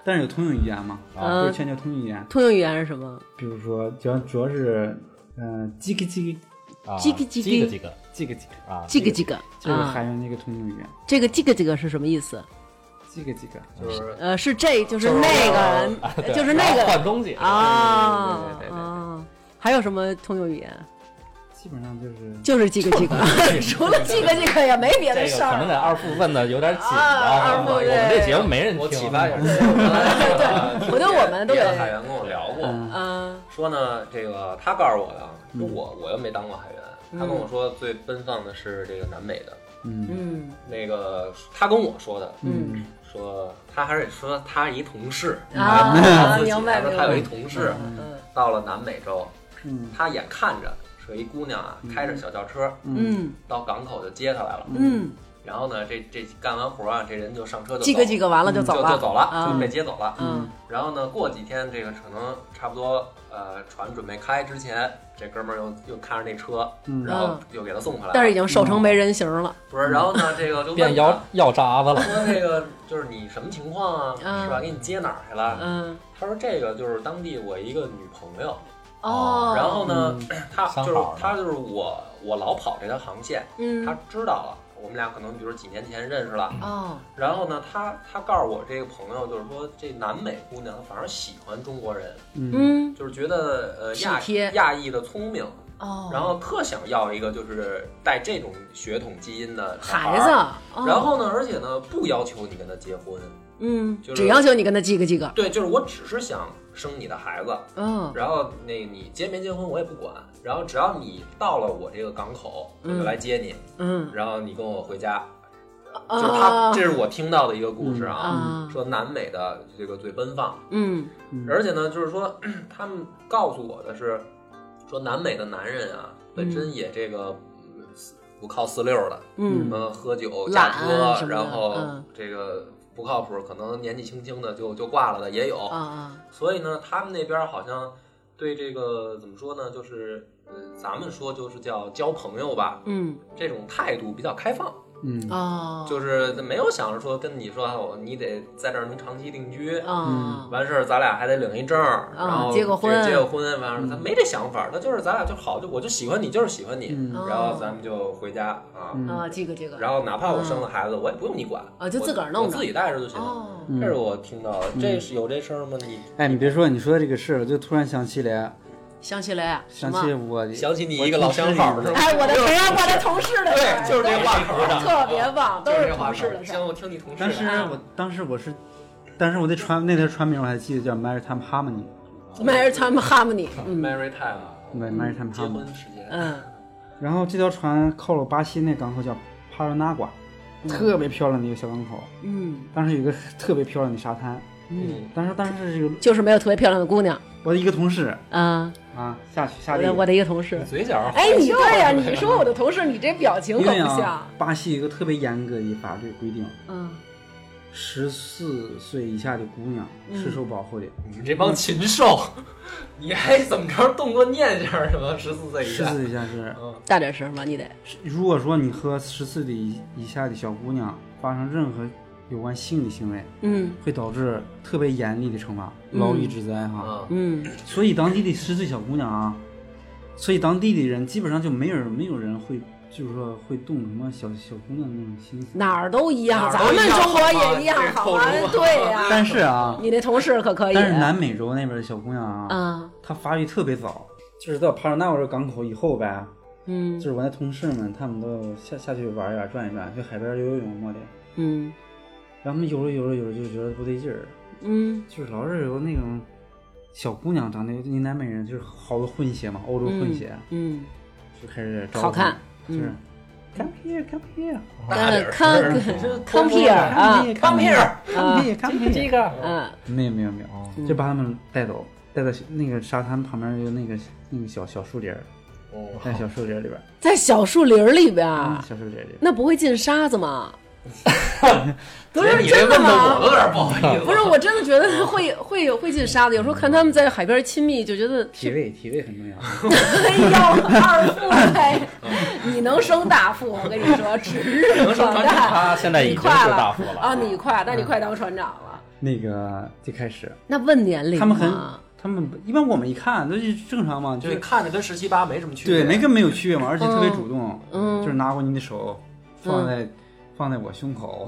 但是有通用语言嘛， 啊就是全球通用语言。 通用语言是什么？ 比如说，主要主要是，嗯，几个几个啊， 几个几个几个几个几个几个， 啊， 这个这个就是啊， 海员那个通用语言。 这个这个这个是什么意思？ 几个几个， 就是呃，是这就是那个， 对就是那个换东西啊对对对对对对啊。还有什么通用语言？ 基本上就是就是这个这个，除了这个这个也没别的这事儿个可能得二副问的有点紧啊张， 二副我们这节目没人我听。 启发一下， 对我觉得我们都得别的海员跟我聊过， 嗯嗯说呢，这个他告诉我的，说我我又没当过海员， 嗯他跟我说最奔放的是这个南美的， 嗯嗯那个他跟我说的， 嗯说他还是说他是一同事啊他自己明白他说他有一明白同事嗯到了南美洲， 嗯他眼看着是一姑娘啊，开着小轿车嗯到港口就接他来了， 嗯， 然后呢，这这干完活啊，这人就上车就走几个几个完了就就走了， 就走了， 啊就被接走了。 嗯然后呢，过几天这个可能差不多，呃，船准备开之前，这哥们儿又又看着那车， 嗯然后又给他送回来了。 但是已经瘦成没人形了， 不是，然后呢，这个就变问药药渣子了。 说这个就是你什么情况啊？ 嗯是吧？给你接哪儿去了？ 嗯他说这个就是当地我一个女朋友， 哦， 然后呢，他就是相好呢他就是我我老跑这条航线， 嗯他知道了。我们俩可能比如几年前认识了， 哦然后呢，他他告诉我这个朋友，就是说这南美姑娘反而喜欢中国人， 嗯嗯就是觉得呃亚体贴亚裔的聪明， 哦， 然后特想要一个就是带这种血统基因的小孩子儿，， 哦然后呢，而且呢不要求你跟他结婚， 嗯， 就是只要求你跟他记个记个， 对，就是我只是想生你的孩子， 嗯然后那个你结没结婚我也不管，然后只要你到了我这个港口，我就来接你， 嗯然后你跟我回家。就是他，这是我听到的一个故事啊， 啊说南美的这个最奔放， 嗯而且呢，就是说他们告诉我的是，说南美的男人啊，本身也这个嗯不靠四六的，什嗯么喝酒驾懒车什，么的然后嗯这个不靠谱，可能年纪轻轻的就就挂了的也有， 啊啊所以呢，他们那边好像对这个怎么说呢，就是呃，咱们说就是叫交朋友吧， 嗯这种态度比较开放。 嗯哦， 就是没有想着说跟你说我你得在这儿能长期定居， 啊完事儿咱俩还得领一证儿，然后结个婚这结个婚，完了他没这想法，他就是咱俩就好，就我就喜欢你，就是喜欢你， 嗯然后咱们就回家啊， 嗯啊这个这个， 然后哪怕我生了孩子，我也不用你管啊就自个儿弄着我我自己带着就行。 哦嗯这是我听到的，这是有这事儿吗？你哎，你别说，你说的这个事儿，我就突然想起来， 想起来什想么？ 起我的， 想起你一个老相好是吧？ 哎，我的谁让我的同事的事儿， 对就是这话口上特别棒，都就是是这话口同事的事儿。 行，我听你同事当时的。 我当时我是，当时我的船那条船名我还记得叫 Maritime Harmony， Maritime Harmony，嗯 Maritime 对 Maritime 结 Harmony。 婚时间， 嗯然后这条船靠了巴西那港口叫帕拉纳瓜，特别漂亮的一个小港口。 嗯当时有一个特别漂亮的沙滩， 嗯， 当时当时这个就是没有特别漂亮的姑娘我的一个同事啊， 啊下去下地我的，我的一个同事。 嘴角哎，你对呀，你说我的同事，你这表情可因为不像啊。，巴西有一个特别严格的法律规定， 嗯十四岁以下的姑娘是受保护的， 你们这帮禽兽，你还怎么着动作念一下什么十四岁以下？ 十四岁以下是。 大点声吧，你得。 如果说你和十四岁以以下的小姑娘发生任何有关性的行为， 嗯会导致特别严厉的惩罚， 嗯牢狱之灾哈。 啊， 嗯所以当地的十岁小姑娘啊，所以当地的人基本上就没有人没有人会，就是说会动什么小小姑娘那种心思。 哪儿都一样， 哪儿咱们都一样中国也一样， 这好吧透露？ 对呀。 但是啊， 你那同事可可以。 但是南美洲那边的小姑娘啊， 啊她发育特别早，就是到帕尔纳瓦这港口以后呗， 嗯就是我那同事们他们都下下去玩一玩转一转，去海边游游泳么的， 嗯然后他们游着游着游着就觉得不对劲儿， 嗯就是老是有那种小姑娘长得，你南美人就是好多混血嘛，欧洲混血， 嗯， 就开始招呼好看， 就是嗯 come here come here 呃，come come here 啊 come here 啊 come here come here 这个嗯没有没有没有，就把他们带走，带到那个沙滩旁边有那个那个小小树林儿， 哦在小树林里边儿， 在小树林里边啊， 儿， 小树林里边儿。 那不会进沙子吗？不姐是你这问的真的吗我都有点不好意思。 不是，我真的觉得会会会进沙子。有时候看他们在海边亲密，就觉得体位体位很重要， 哎呦，二副呗，你能升大副，我跟你说，指日可待。 他现在已经是你快了大副了啊！你快，但你快当船长了。 那个就开始， 那问年龄他们很吗？ 他们一般我们一看都是正常嘛， 就是看着跟十七八没什么区别。 对，没跟没有区别嘛，而且特别主动， 嗯就是拿过你的手放在、嗯、放在我胸口，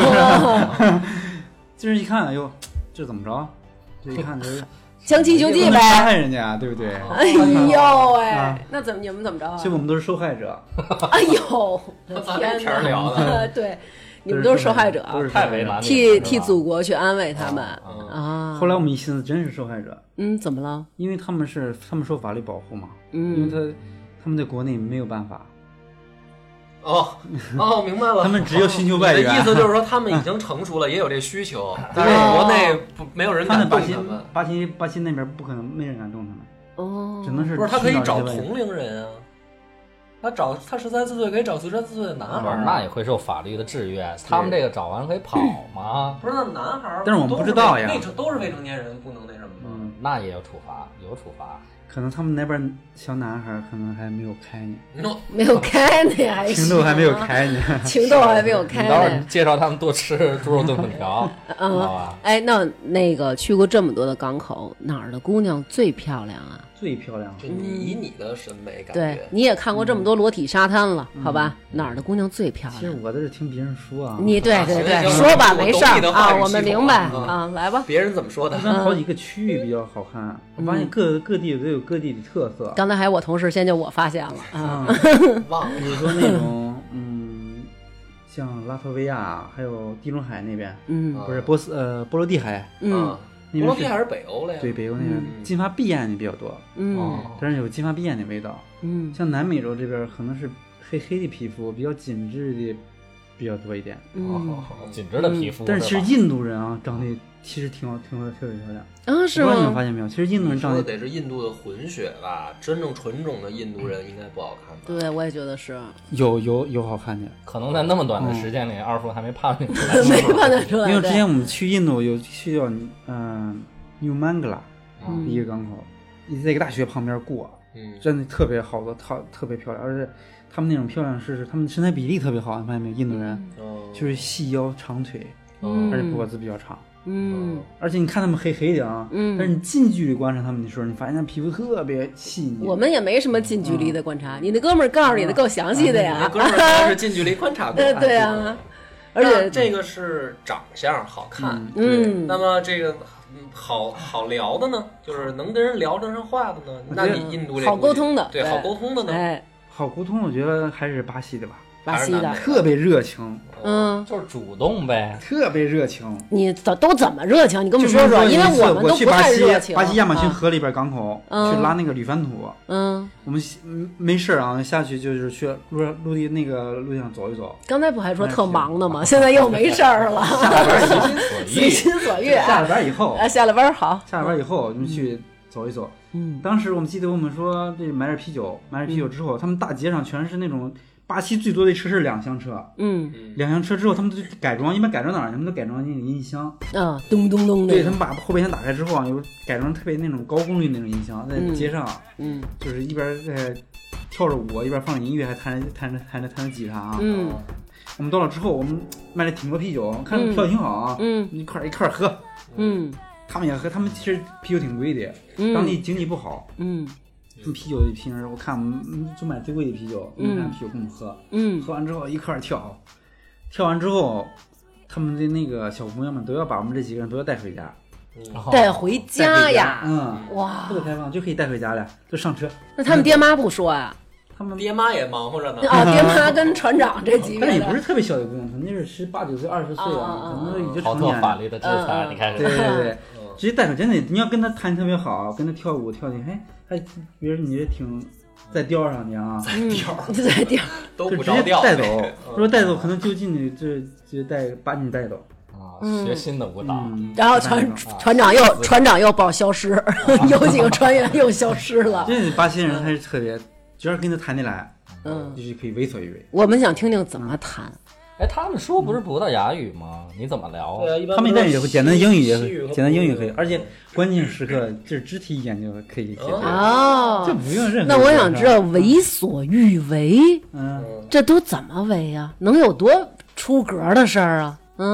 就是一看，哎呦，这怎么着？这一看就是将计就计呗， 伤害人家，对不对？ 哎呦喂、 啊， 那怎么你们怎么着啊？ 所以我们都是受害者。 哎呦，天哪！聊的对。你们都是受害者， 太为难， 替替祖国去安慰他们啊啊！ 后来我们一寻思，真是受害者。 嗯，怎么了？ 因为他们是他们受法律保护嘛， 嗯， 因为他他们在国内没有办法。 哦哦，明白了。 他们只有寻求外援。 的意思就是说，他们已经成熟了，也有这需求，但是国内不没有人敢动他们。 巴西巴西那边不可能，没人敢动他们。 哦， 只能是不是他可以找同龄人啊。他找他十三四岁可以找十三四岁的男孩， 那也会受法律的制约。他们这个找完可以跑吗？ 不是，那男孩， 但是我们不知道呀， 那都是未成年人，不能那什么吗？ 嗯，那也有处罚，有处罚。 可能他们那边小男孩可能还没有开呢， 没有开呢，还情窦还没有开呢， 情窦还没有开呢。 你到时候介绍他们多吃猪肉炖粉条， 嗯，好吧？哎，那那个去过这么多的港口，哪儿的姑娘最漂亮啊？ 最漂亮， 就你以你的审美感觉， 对，你也看过这么多裸体沙滩了，好吧？哪儿的姑娘最漂亮？ 其实我都是听别人说啊。 你对对对，说吧，没事儿啊，我们明白啊，来吧。 别人怎么说的？ 一般好几个区域比较好看，我发现各各地都有各地的特色。 刚才还有我同事，现在就我发现了啊， 忘了。 比如说那种嗯，像拉脱维亚还有地中海那边， 嗯， 不是波斯呃波罗的海， 嗯。 波罗的海是北欧了呀， 对，北欧那边金发碧眼的比较多， 嗯， 但是有金发碧眼的味道， 嗯， 像南美洲这边可能是黑黑的皮肤，比较紧致的比较多一点， 嗯， 紧致的皮肤。 但是其实印度人啊，长得其实挺好，挺好，特别漂亮啊，是吗？ 不知道你们发现没有？其实印度人长得得是印度的混血吧，真正纯种的印度人应该不好看吧？ 对，我也觉得是。 有有有好看的， 可能在那么短的时间里，二叔还没判断出来， 没判断出来。 因为之前我们去印度有去叫嗯。New Mangala 嗯、 一个港口，你在一个大学旁边过， 嗯， 真的特别好的，特特别漂亮，而且他们那种漂亮是他们身材比例特别好，你发现没有？印度人、 嗯、 就是细腰长腿， 嗯， 而且脖子比较长， 嗯， 而且你看他们黑黑的啊， 嗯， 但是你近距离观察他们的时候，你发现他皮肤特别细腻。 我们也没什么近距离的观察，嗯、你那哥们儿告诉你的够详细的呀， 嗯、你哥们儿是近距离观察过， 对啊，而且这个是长相好看， 嗯， 那么这个。好好聊的呢，就是能跟人聊得上话的呢。那你印度这好沟通的， 对，好沟通的呢。 哎， 好沟通，我觉得还是巴西的吧。 巴西的特别热情， 嗯， 就是主动呗， 特别热情。 你都都怎么热情？你跟我们说说，因为我们都不太热情。 巴西亚马逊河里边港口去拉那个铝矾土， 嗯， 我们没事啊，下去就是去陆陆地那个路上走一走。 刚才不还说特忙的吗？现在又没事儿了， 下了班随心所欲。 下了班以后， 啊，下了班好， 下了班以后我们去走一走。 嗯， 当时我们记得我们说这买点啤酒，买点啤酒之后，他们大街上全是那种。巴西最多的车是两厢车， 嗯， 两厢车之后，他们都改装，一般改装哪儿？他们都改装那个音箱， 啊，咚咚咚的。 对他们把后备箱打开之后啊，有改装特别那种高功率那种音箱，在街上， 嗯， 就是一边在跳着舞，一边放着音乐，还弹着弹着弹着弹着吉他啊。 嗯， 我们到了之后，我们买了挺多啤酒，看着票挺好啊， 嗯， 一块一块喝， 嗯， 他们也喝，他们其实啤酒挺贵的，当地经济不好， 嗯。 啤酒一瓶，我看我们就买最贵的啤酒，一瓶啤酒跟我们喝， 嗯， 喝完之后一块跳，跳完之后，他们的那个小姑娘们都要把我们这几个人都要带回家， 带回家呀， 嗯， 哇， 特别开放，就可以带回家了，就上车。 那他们爹妈不说呀？ 他们爹妈也忙活着呢。 啊，爹妈跟船长这几个， 但是也不是特别小的姑娘，肯定是十八九岁、二十岁啊，可能已经成年。 逃脱法律的制裁，你看， 对对对，直接带回真的，你要跟他谈特别好，跟他跳舞跳的，哎。还比如你这挺在钓上去啊， 在钓， 在钓， 都不着钓， 带走。说带走可能就近的就就带把你带走啊，学新的舞蹈。 然后船船长又船长又报消失，有几个船员又消失了。 这巴西人还是特别，只要跟他谈得来，嗯，就是可以为所欲为。 我们想听听怎么谈。 哎，他们说不是葡萄牙语吗？你怎么聊？ 对啊，一般他们那也会简单英语也会，简单英语可以，而且关键时刻就是肢体研究可以解决。 哦， 这不用任何。 那我想知道为所欲为， 嗯， 这都怎么为呀？能有多出格的事儿啊？嗯，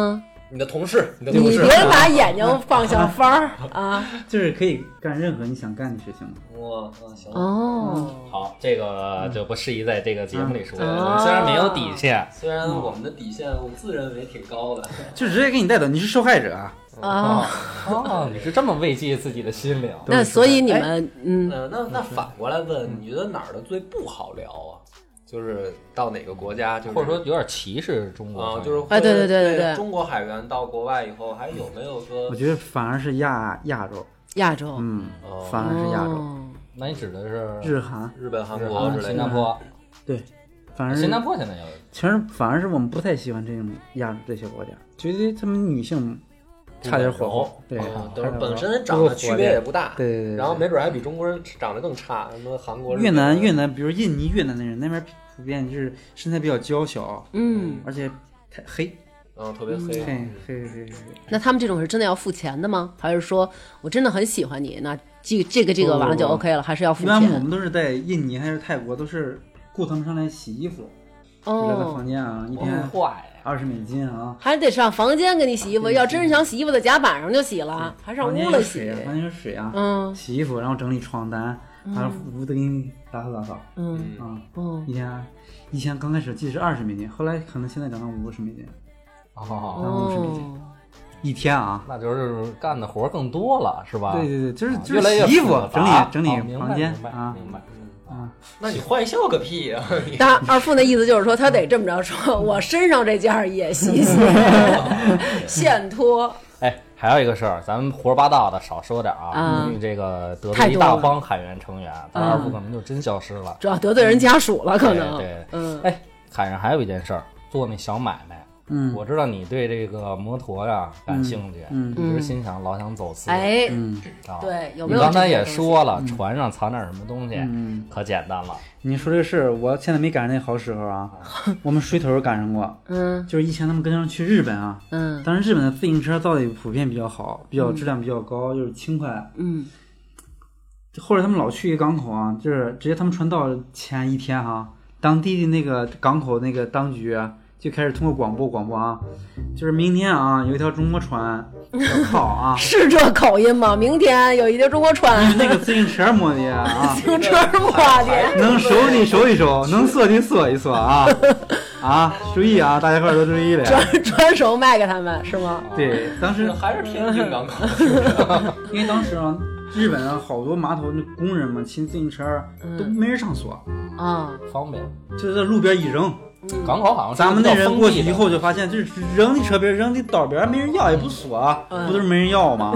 你的同事，你的你同事， 别拿眼睛放小方儿啊！ 就是可以干任何你想干的事情。 哇，嗯，行， 哦， 好，这个就不适宜在这个节目里说。 嗯我们虽然没有底线， 虽然我们的底线我自认为挺高的， 就直接给你带走，你是受害者啊！ 啊， 哦，你是这么慰藉自己的心灵。 那所以你们嗯， 呃，那那反过来问，你觉得哪儿的最不好聊啊？就是到哪个国家，就是或者说有点歧视中国啊，就是哎对对对对对中国海员到国外以后，还有没有说我觉得反而是亚亚洲， 亚洲， 嗯哦， 反而是亚洲， 哦那你指的是日韩， 日本、韩日韩国之类的？ 新加坡？ 对，反而是新加坡现在有全是反而是我们不太喜欢这种亚洲这些国家，觉得他们女性差点火候，对， 哦都是差点火候本身长得区别也不大， 对对对， 然后没准还比中国人长得更差，什么韩国、 越南越南，比如印尼、越南的人那边普遍就是身材比较娇小， 嗯， 而且太黑， 嗯，特别黑， 黑黑黑黑。 那他们这种是真的要付钱的吗？还是说我真的很喜欢你，那这这个这个完了就 OK 了？还是要付一般我钱？ 们都是在印尼还是泰国，都是雇他们上来洗衣服，就在他哦房，间啊，一天坏呀。 二十美金啊。 还得上房间给你洗衣服。要真是想洗衣服，在甲板上就洗了，还上房间屋里洗有水啊，。房间有水啊， 嗯洗衣服，然后整理床单，把屋子给你打扫打扫嗯啊。 嗯一天以前刚开始记得是二十美金，后来可能现在涨到五十美金哦， 哦， 一天啊。 那就是干的活儿更多了，是吧？ 对对对，就是啊就越来越是洗衣服复、杂整理整哦明白理房间明白啊明白。 啊。 那你坏笑个屁呀！你当然，二副那意思就是说，他得这么着说，我身上这件儿也洗洗，现脱。 哎，还有一个事儿，咱们胡说八道的少说点啊， 啊因为这个得罪一大太多了帮海员成员，咱二副可能就真消失了。 主要得罪人家属了，可能。 对对嗯， 哎，海上还有一件事儿，做那小买卖。 嗯我知道你对这个摩托呀感兴趣， 嗯一直心想老想走私。 哎， 嗯啊， 对，有没有？ 你刚才也说了，船上藏点什么东西， 嗯， 可简单了。 你说这个事，我现在没赶上那好时候啊。我们水头赶上过， 嗯就是以前他们跟上去日本啊， 嗯当时日本的自行车造的普遍比较好，比较质量比较高，就是轻快。 嗯后来他们老去一个港口啊，就是直接他们船到前一天哈、当地的那个港口那个当局啊就开始通过广播广播啊，就是明天啊有一条中国船要靠啊， 是这口音吗？明天有一条中国船， 那个自行车摸的啊， 自行车摸的， 能收的收一收，能锁的锁一锁啊啊！注意啊，大家伙儿都注意了。 转转手卖给他们是吗？ 对，当时还是天津港口， 因为当时啊，日本啊好多码头那工人嘛骑自行车都没人上锁， 啊， 方便。 就在路边一扔。 港口好像是咱们那比较人过去以封闭的后就发现，就是扔的车边扔的道边没人要也不锁， 嗯不都是没人要吗？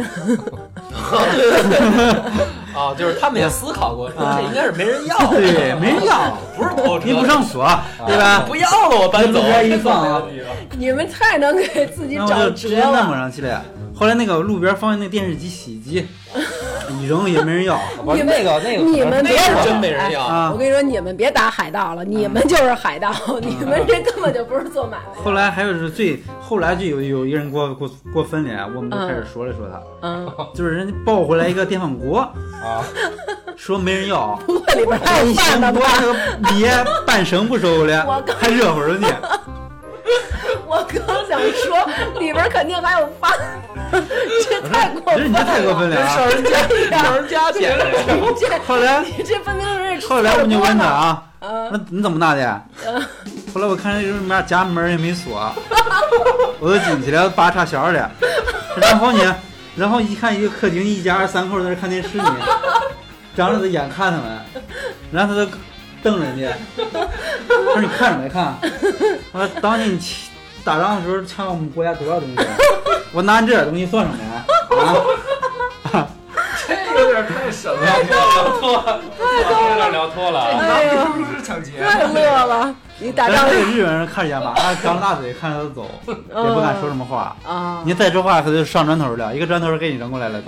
啊，就是他们也思考过，说这应该是没人要， 对，没人要， 不是偷车， 你不上锁，对吧？ 不要了，我搬走， 路边一放啊你们太能给自己然后找就直接弄辙了。 上去了。后来那个路边放的那个电视机、洗衣机，一扔也没人要不是那个那个， 你们别那是真没人要。 啊我。跟你说，你们别打海盗了，你们就是海盗，你们这根本就不是做买卖。 后来还有是最后来就有有一个人给我给我给我分脸，我们就开始说了说他， 嗯， 就是人家抱回来一个电饭锅， 啊， 说没人要， 不会里边还有饭呢吧？ 我这个别半生不熟了我，刚还热乎着呢。 我刚想说里边肯定还有饭，这太过分了， 这你这太过分了啊！ 上人家上人家去了， 这后来你这分明是后来我们就问他啊， 嗯那你怎么拿的？后来我看这门家门也没锁，我都进去了，拔插销了。然后呢，然后一看一个客厅，一家三口在那看电视呢，张着的眼看他们，然后他就瞪人家，说你看什么呀看？我说当年你打仗的时候抢我们国家多少东西？我拿你这点东西算什么呀？啊！ 这有点太神了，聊脱了，有点聊脱了啊！ 哎呦不是抢劫， 太乐了。你打仗但是这个日本人看着眼巴，啊，张大嘴看着他走，也不敢说什么话。 啊， 你再说话，他就上砖头了，一个砖头给你扔过来了都。 对，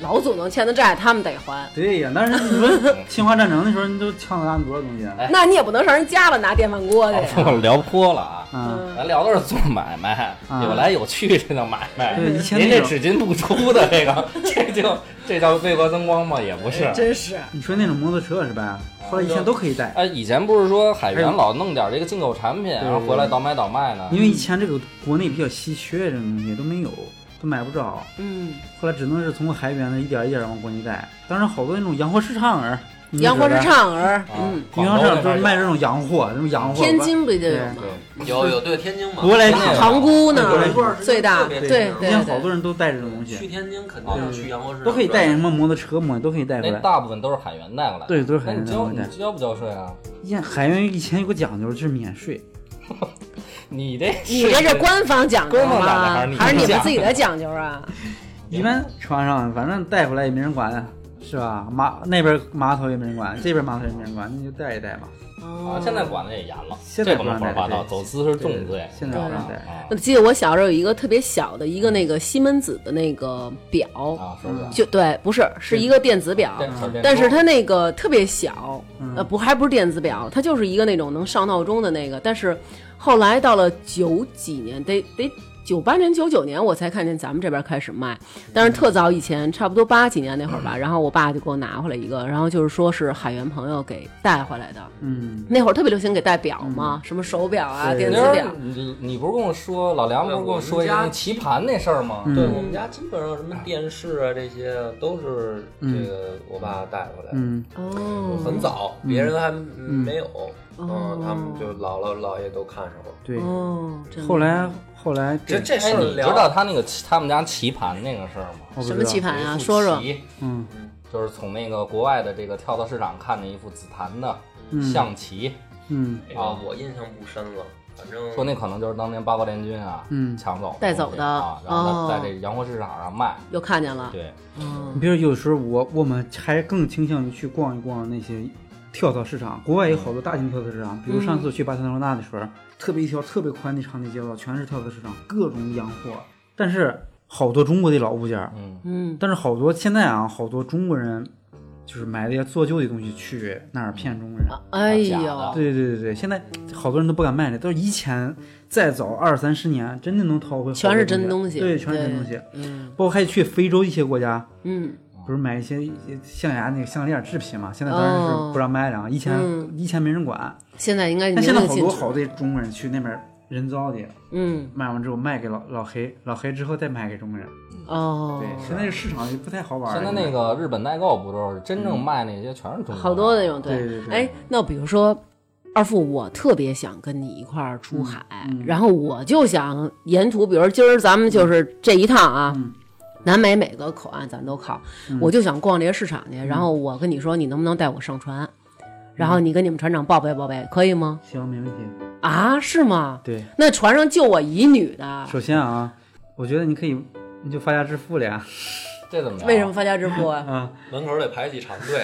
老祖宗欠的债他们得还。 对呀，但是你说侵华战争的时候，你都抢了咱们多少东西啊？ 那你也不能上人家了拿电饭锅去呀。 哦聊颇了啊， 嗯， 咱聊的是做买卖， 啊有来有去，这叫买卖。 对，以前您那种这只进不出的这个，这就这叫为国增光吗？也不是。 真是。 你说那种摩托车是吧？后来以前都可以带， 哎，以前不是说海员老弄点这个进口产品，然后回来倒买倒卖呢？ 因为以前这个国内比较稀缺，这种东西都没有，都买不着。 嗯， 后来只能是通过海员的一点一点往国内带。当然，好多那种洋货市场儿， 洋货市场儿，嗯， 洋货市场就是卖这种洋货，这种洋货。 天津不就有吗？ 有有对天津嘛， 舶来品， 塘沽那有一段儿时间最大， 特别对对对以前好多人都带这种东西， 去天津肯定要去洋货市场， 都可以带什么摩托车嘛，都可以带过那来。 大部分都是海员带过来。 对，都是海那你交员带过来你。交不交税啊？ 以前海员以前有个讲究，就是免税。 你这你这是官方讲究官方讲究吗还是？你还是你们讲自己的讲究啊？ 一般船上反正带回来也没人管，是吧？码那边码头也没人管，这边码头也没人管，你就带一带嘛。 啊，现在管的也严了， 现在这不能胡说八道，走私是重罪。 现在不让带。 啊我记得我小时候有一个特别小的一个那个西门子的那个表， 啊，是不是？ 就对，不是，是一个电子表， 电小电但是它那个特别小， 嗯呃，不还不是电子表，它就是一个那种能上闹钟的那个。但是后来到了九几年，得得九八年、九九年，我才看见咱们这边开始卖。但是特早以前，差不多八几年那会儿吧，然后我爸就给我拿回来一个，然后就是说是海员朋友给带回来的。 嗯， 那会儿特别流行给带表嘛，什么手表啊、 对电子表。 你你不是跟我说老梁不是跟我说一个对我们家那棋盘那事儿吗？ 嗯对我们家基本上什么电视啊这些都是这个我爸带回来的， 嗯， 哦， 很早，别人还没有， 嗯嗯，他们就姥姥姥爷都看上了。 对。 哦，真的后来后来哎， 这这事儿你知聊道他那个棋他们家棋盘那个事儿吗？ 什么棋盘啊？说说。 棋嗯就是从那个国外的这个跳蚤市场看见一副紫檀的象棋， 嗯这个我印象不深了，反正说那可能就是当年八国联军啊嗯抢走带走的啊，然后哦在这洋货市场上卖。 又看见了。 对， 嗯你比如有时候我我们还更倾向于去逛一逛那些跳蚤市场，国外有好多大型跳蚤市场，比如上次去巴塞罗那的时候，特别一条特别宽的长的街道，全是跳蚤市场，各种洋货，但是好多中国的老物件， 嗯， 嗯， 但是好多现在啊，好多中国人就是买的做旧的东西去那儿骗中国人。 哎假的呦， 对对对对，现在好多人都不敢卖了，都是以前再早二三十年，真的能淘回好多全是真东西对，全是真东西。 嗯包括还去非洲一些国家， 嗯， 不是买一些象牙那个项链制品嘛？现在当然是不让卖了啊，以前、 嗯以前没人管， 现在应该但现在好明令禁止。 多好的中国人去那边人造的， 嗯卖完之后卖给老老黑，老黑之后再卖给中国人。 哦， 对，现在这个市场就不太好玩。 现在那个日本代购不都是真正卖那些全是中国人， 好多那种对对对哎，那比如说。二富，我特别想跟你一块儿出海， 嗯然后我就想沿途，比如今儿咱们就是这一趟啊， 嗯南美每个口岸咱都靠， 嗯我就想逛这些市场去，然后我跟你说，你能不能带我上船？然后你跟你们船长报备报备，可以吗？ 行，没问题。 啊，是吗？ 对， 那船上就我一女的， 首先啊，我觉得你可以，你就发家致富了呀。 这怎么着？ 为什么发家致富啊？ 啊， 门口得排几长队，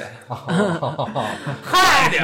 嗨，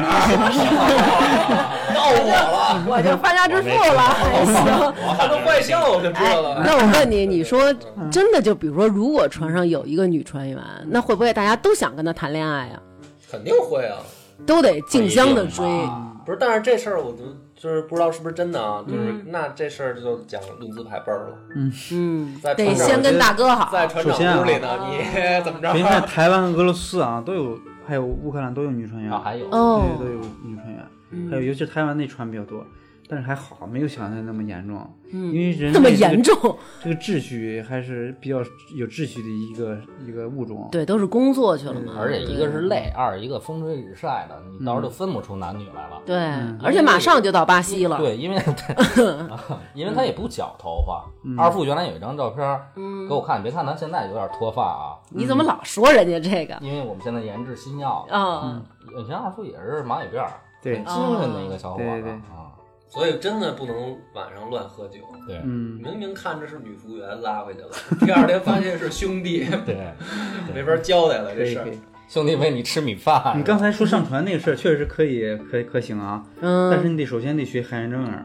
到我了， 我就发家致富了，还行。 我看他坏笑我就知道了。 那我问你，你说真的，就比如说，如果船上有一个女船员，那会不会大家都想跟她谈恋爱呀？ 肯定会啊， 都得竞相的追。 不是，但是这事儿我就就是不知道是不是真的啊，就是那这事儿就讲论资排辈儿了。 嗯， 在船长得先跟大哥好。 在船首先啊长屋里呢，你怎么着？ 别看台湾、俄罗斯啊，都有，还有乌克兰都有女船员， 啊？还有哦对，都有女船员，还有尤其是台湾那船比较多，但是还好，没有想象那么严重。 嗯因为人那么类这个严重， 这个秩序还是比较有秩序的一个一个物种。 对，都是工作去了嘛。 而且一个是累，二一个风吹日晒的，你到时候就分不出男女来了。 对，而且马上就到巴西了。 对，因为因为他也不绞头发。二富原来有一张照片，给我看，你别看他现在有点脱发啊， 你怎么老说人家这个？ 因为我们现在研制新药， 啊， 以前二富也是马尾辫儿， 对很精神的一个小伙子对对啊。 所以真的不能晚上乱喝酒。 对嗯， 明明看着是女服务员拉回去了，第二天发现是兄弟， 对， 没法交代了这事儿可以可。以。 兄弟喂你吃米饭。 你刚才说上船那个事儿，确实是可以可以可行啊，但是嗯， 你得首先得学海员证儿。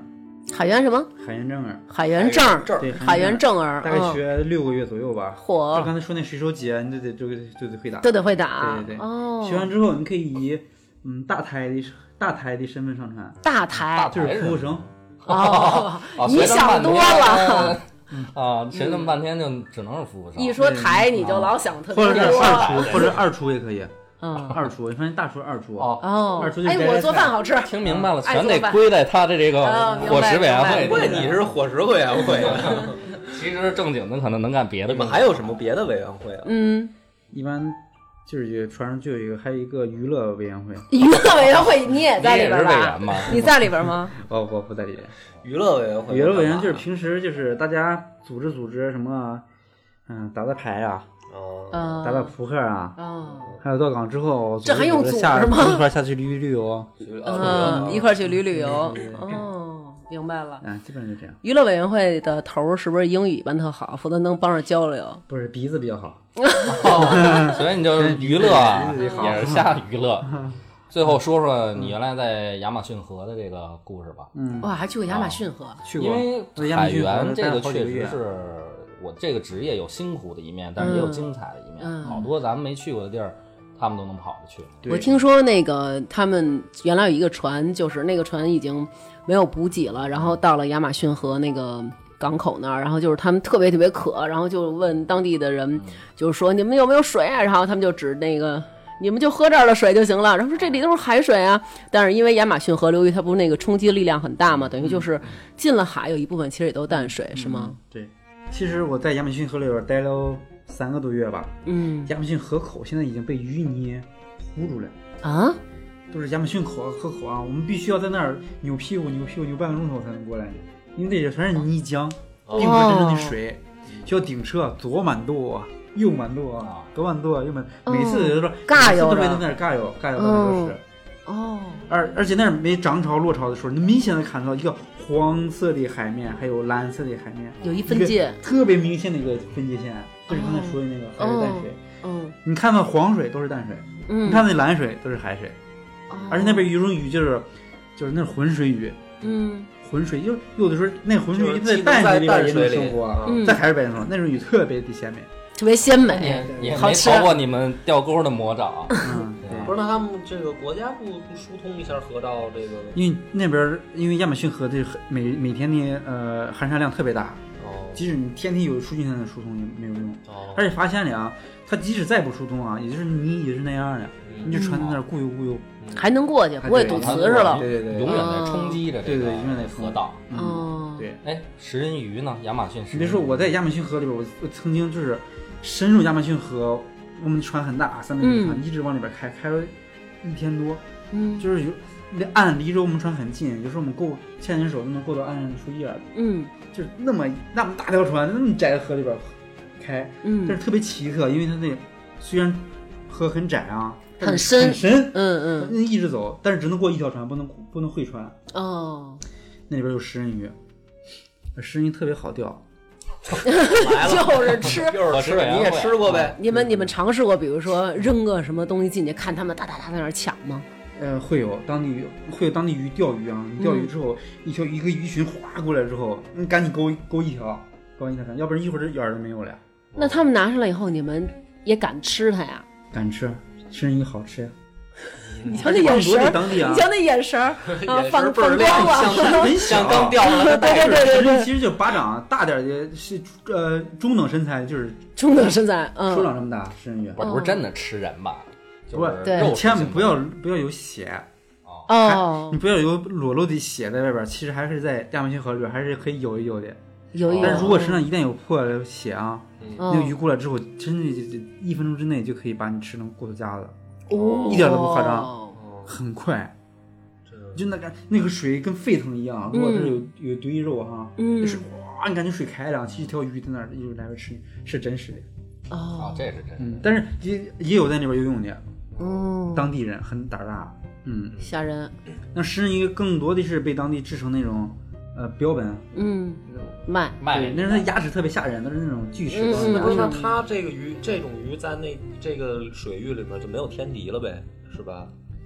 海员什么？ 海员正儿， 海员证儿， 证对， 海员正儿， 大概嗯学六个月左右吧。就嚯， 刚才说那水手节，你都得都得都得会打。 都得会打。 对对对哦， 学完之后，你可以以嗯大台的大台的身份上船， 大台就是服务生。 哦啊， 你想多了。 了啊！学那么半天就只能是服务生。 一说台你就老想特别或者是多。 二厨，或者二厨也可以。 嗯， 二厨，你发现大厨、二厨。 哦， 哦二厨，就哎，我做饭好吃。 听明白了， 爱做饭全得归在他的这个哦明白伙食委员会明白里。 不会你是伙食委员会啊？ 其实正经的可能能干别的工作。 你们还有什么别的委员会啊？ 嗯， 一般就是有船上就有一个，还有一个娱乐委员会。 娱乐委员会你也在里边你也是委吧员？吗？ 你在里边吗？ 哦，我不在里面。 娱乐委员会， 娱乐委员就是平时就是大家组织组织什么，嗯，打打牌啊， 哦， 嗯， 打打扑克啊， 哦， 还有到岗之后， 这还用组织下吗一块儿下去旅旅游。 嗯，一块儿去旅旅游对对。对哦，明白了。 啊，基本上就这样。 娱乐委员会的头儿是不是英语一般特好，否则能帮着交流？ 不是鼻子比较好。 哦所以你就是娱乐啊， 对对对也是瞎娱乐。最后说说你原来在亚马逊河的这个故事吧， 嗯， 哇，还去过亚马逊河？ 去过。 因为我在亚马海逊河员这待个确实了好几个月是我这个职业有辛苦的一面，但是也有精彩的一面。 嗯好多咱们没去过的地儿，他们都能跑着去。 对我听说那个他们原来有一个船，就是那个船已经没有补给了，然后到了亚马逊河那个港口那儿，然后就是他们特别特别渴，然后就问当地的人，就是说你们有没有水啊？然后他们就指那个。你们就喝这儿的水就行了，然后说这里都是海水啊，但是因为亚马逊河流域它不是那个冲击力量很大嘛，等于就是进了海有一部分其实也都淡水，是吗？ 对，其实我在亚马逊河里边待了三个多月吧。 嗯亚马逊河口现在已经被淤泥糊住了， 啊， 都是亚马逊口河口啊，我们必须要在那儿扭屁股、扭屁股、扭半个钟头才能过来，因为这些全是泥浆，并不是真正的水，需要顶车，左满舵。右满舵，左满舵，右满，每次都说尬游每次都在那儿尬游，尬游到那个是。 哦， 而而且那儿没涨潮落潮的时候，你明显的看到一个黄色的海面，还有蓝色的海面， 有一分界， 特别明显的一个分界线，就是刚才说的那个海水淡水。 嗯， 你看到黄水都是淡水， 嗯， 你看那蓝水都是海水，而且那边有一种鱼就是就是那是浑水鱼， 嗯， 浑水就有的时候那浑水鱼就是在淡水里边也淡水里能生活， 嗯在海水边生活，那种鱼特别的鲜美。 特别鲜你美， 你好吃没逃过你们钓钩的魔爪。 嗯， 不是，那他们这个国家不不疏通一下河道这个？ 因为那边因为亚马逊河的每每天的呃含沙量特别大， 哦即使你天天有疏浚线的疏通也没有用， 哦， 而且发现了啊，它即使再不疏通啊，也就是泥也是那样的，你就船在那儿固游固游， 还能过去，不会堵瓷实了。 对对对， 永远在冲击着这个对对永远在河道。 嗯， 哦， 对。 哎，食人鱼呢？亚马逊食你别人鱼。 说我在亚马逊河里边，我我曾经就是深入亚马逊河，我们船很大，三百米长，一直往里边开，开了一天多， 嗯就是有那岸离着我们船很近，有时候我们够牵牵手就能够到岸上的树叶， 嗯就是那么那么大条船，那么窄的河里边开，但嗯是特别奇特，因为它那虽然河很窄啊，但很深是很深， 嗯嗯， 一直走，但是只能过一条船，不能不能会船。 哦， 那里边有食人鱼，食人鱼特别好钓。 来了， 就是吃。 又是吃，你也吃过呗？ 你们你们尝试过，比如说扔个什么东西进去，看他们哒哒哒在那儿抢吗？ 呃，会有当地会有当地鱼钓鱼啊，你钓鱼之后，一条一个鱼群哗过来之后，你赶紧勾勾一条，勾一条，要不然一会儿这眼儿都没有了。 那他们拿上来以后，你们也敢吃它呀？ 敢吃，食人鱼好吃呀。 你瞧那眼神多儿， 的当地啊你，瞧那眼神儿，啊， 眼神反反倍儿亮光了。 很像小， 刚钓上来的对对对对对， 食人鱼其实就巴掌大点儿的，是呃中等身材，就是中等身材， 手嗯， 掌这么大食人鱼。 不是不是真的吃人吧？就不是对肉食千万性不要不要有血， 哦你，不要有裸露的血在外边，其实还是在亚马逊河里边还是可以游一游的。 有一但是如果身上一旦有破了血啊， 哦那个鱼过来之后，真的就就一分钟之内就可以把你吃成骨头夹子， 哦一点都不夸张哦很快。就那个那个水跟沸腾一样，如果这有有堆肉哈， 嗯那水哇，你感觉水开了，其实一条鱼在那儿一直来回吃，是真实的。 啊哦， 这是真的。 嗯，但是也也有在那边游泳的哦， 当地人，很胆大。嗯， 吓人， 那食人鱼更多的是被当地制成那种呃标本， 嗯，卖， 对， 卖给那是它牙齿特别吓人，都是那种锯齿嗯高的牙不是，那齿。 它这个鱼，这种鱼在那这个水域里面就没有天敌了呗，是吧？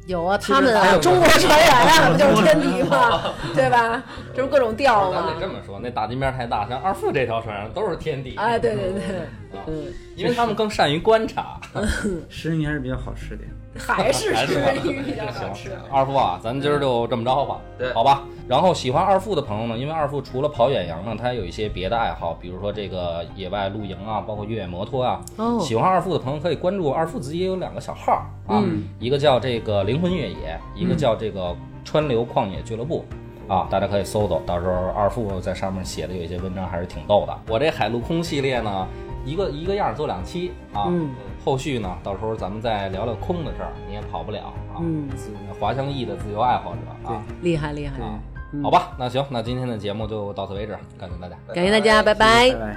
有啊，他们啊， 还有中国传人啊，不就是天敌吗？对吧？这不各种调吗咱得？这么说，那大金边太大，像二副这条船上都是天敌。 哎，对对对，嗯， 因为他们更善于观察。 食人鱼还是比较好吃的。 还是还是食人鱼比较好吃行。，二副啊，咱今儿就这么着吧， 对好吧。然后喜欢二副的朋友呢，因为二副除了跑远洋呢，他还有一些别的爱好，比如说这个野外露营啊，包括越野摩托啊。 哦喜欢二副的朋友可以关注二副自己也有两个小号啊， 嗯一个叫这个灵魂越野，一个叫这个川流旷野俱乐部。啊，大家可以搜搜，到时候二副在上面写的有一些文章还是挺逗的。我这海陆空系列呢，一个一个样做两期啊， 嗯后续呢，到时候咱们再聊聊空的事儿，你也跑不了啊。 嗯自滑翔翼的自由爱好者啊， 厉害厉害。 啊， 嗯好吧，那行，那今天的节目就到此为止，感谢大家。 感谢大家，拜拜。 拜拜。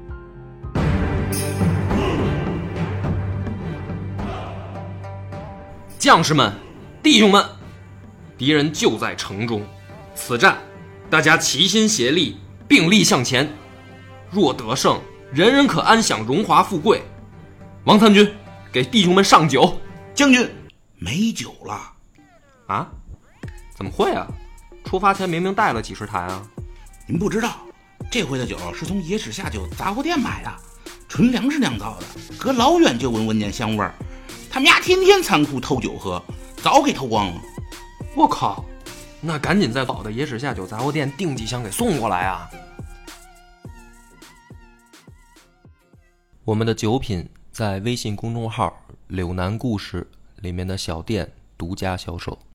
将士们，弟兄们，敌人就在城中，此战大家齐心协力，并力向前。若得胜，人人可安享荣华富贵。王参军，给弟兄们上酒。 将军，没酒了。 啊？怎么会啊？出发前明明带了几十坛啊。 您不知道，这回的酒是从野史下酒杂货店买的，纯粮食酿造的，隔老远就闻闻见香味儿。他们家天天仓库偷酒喝，早给偷光了。 我靠，那赶紧在宝的野史下酒杂货店订几箱给送过来啊！我们的酒品在微信公众号“柳南故事”里面的小店独家销售。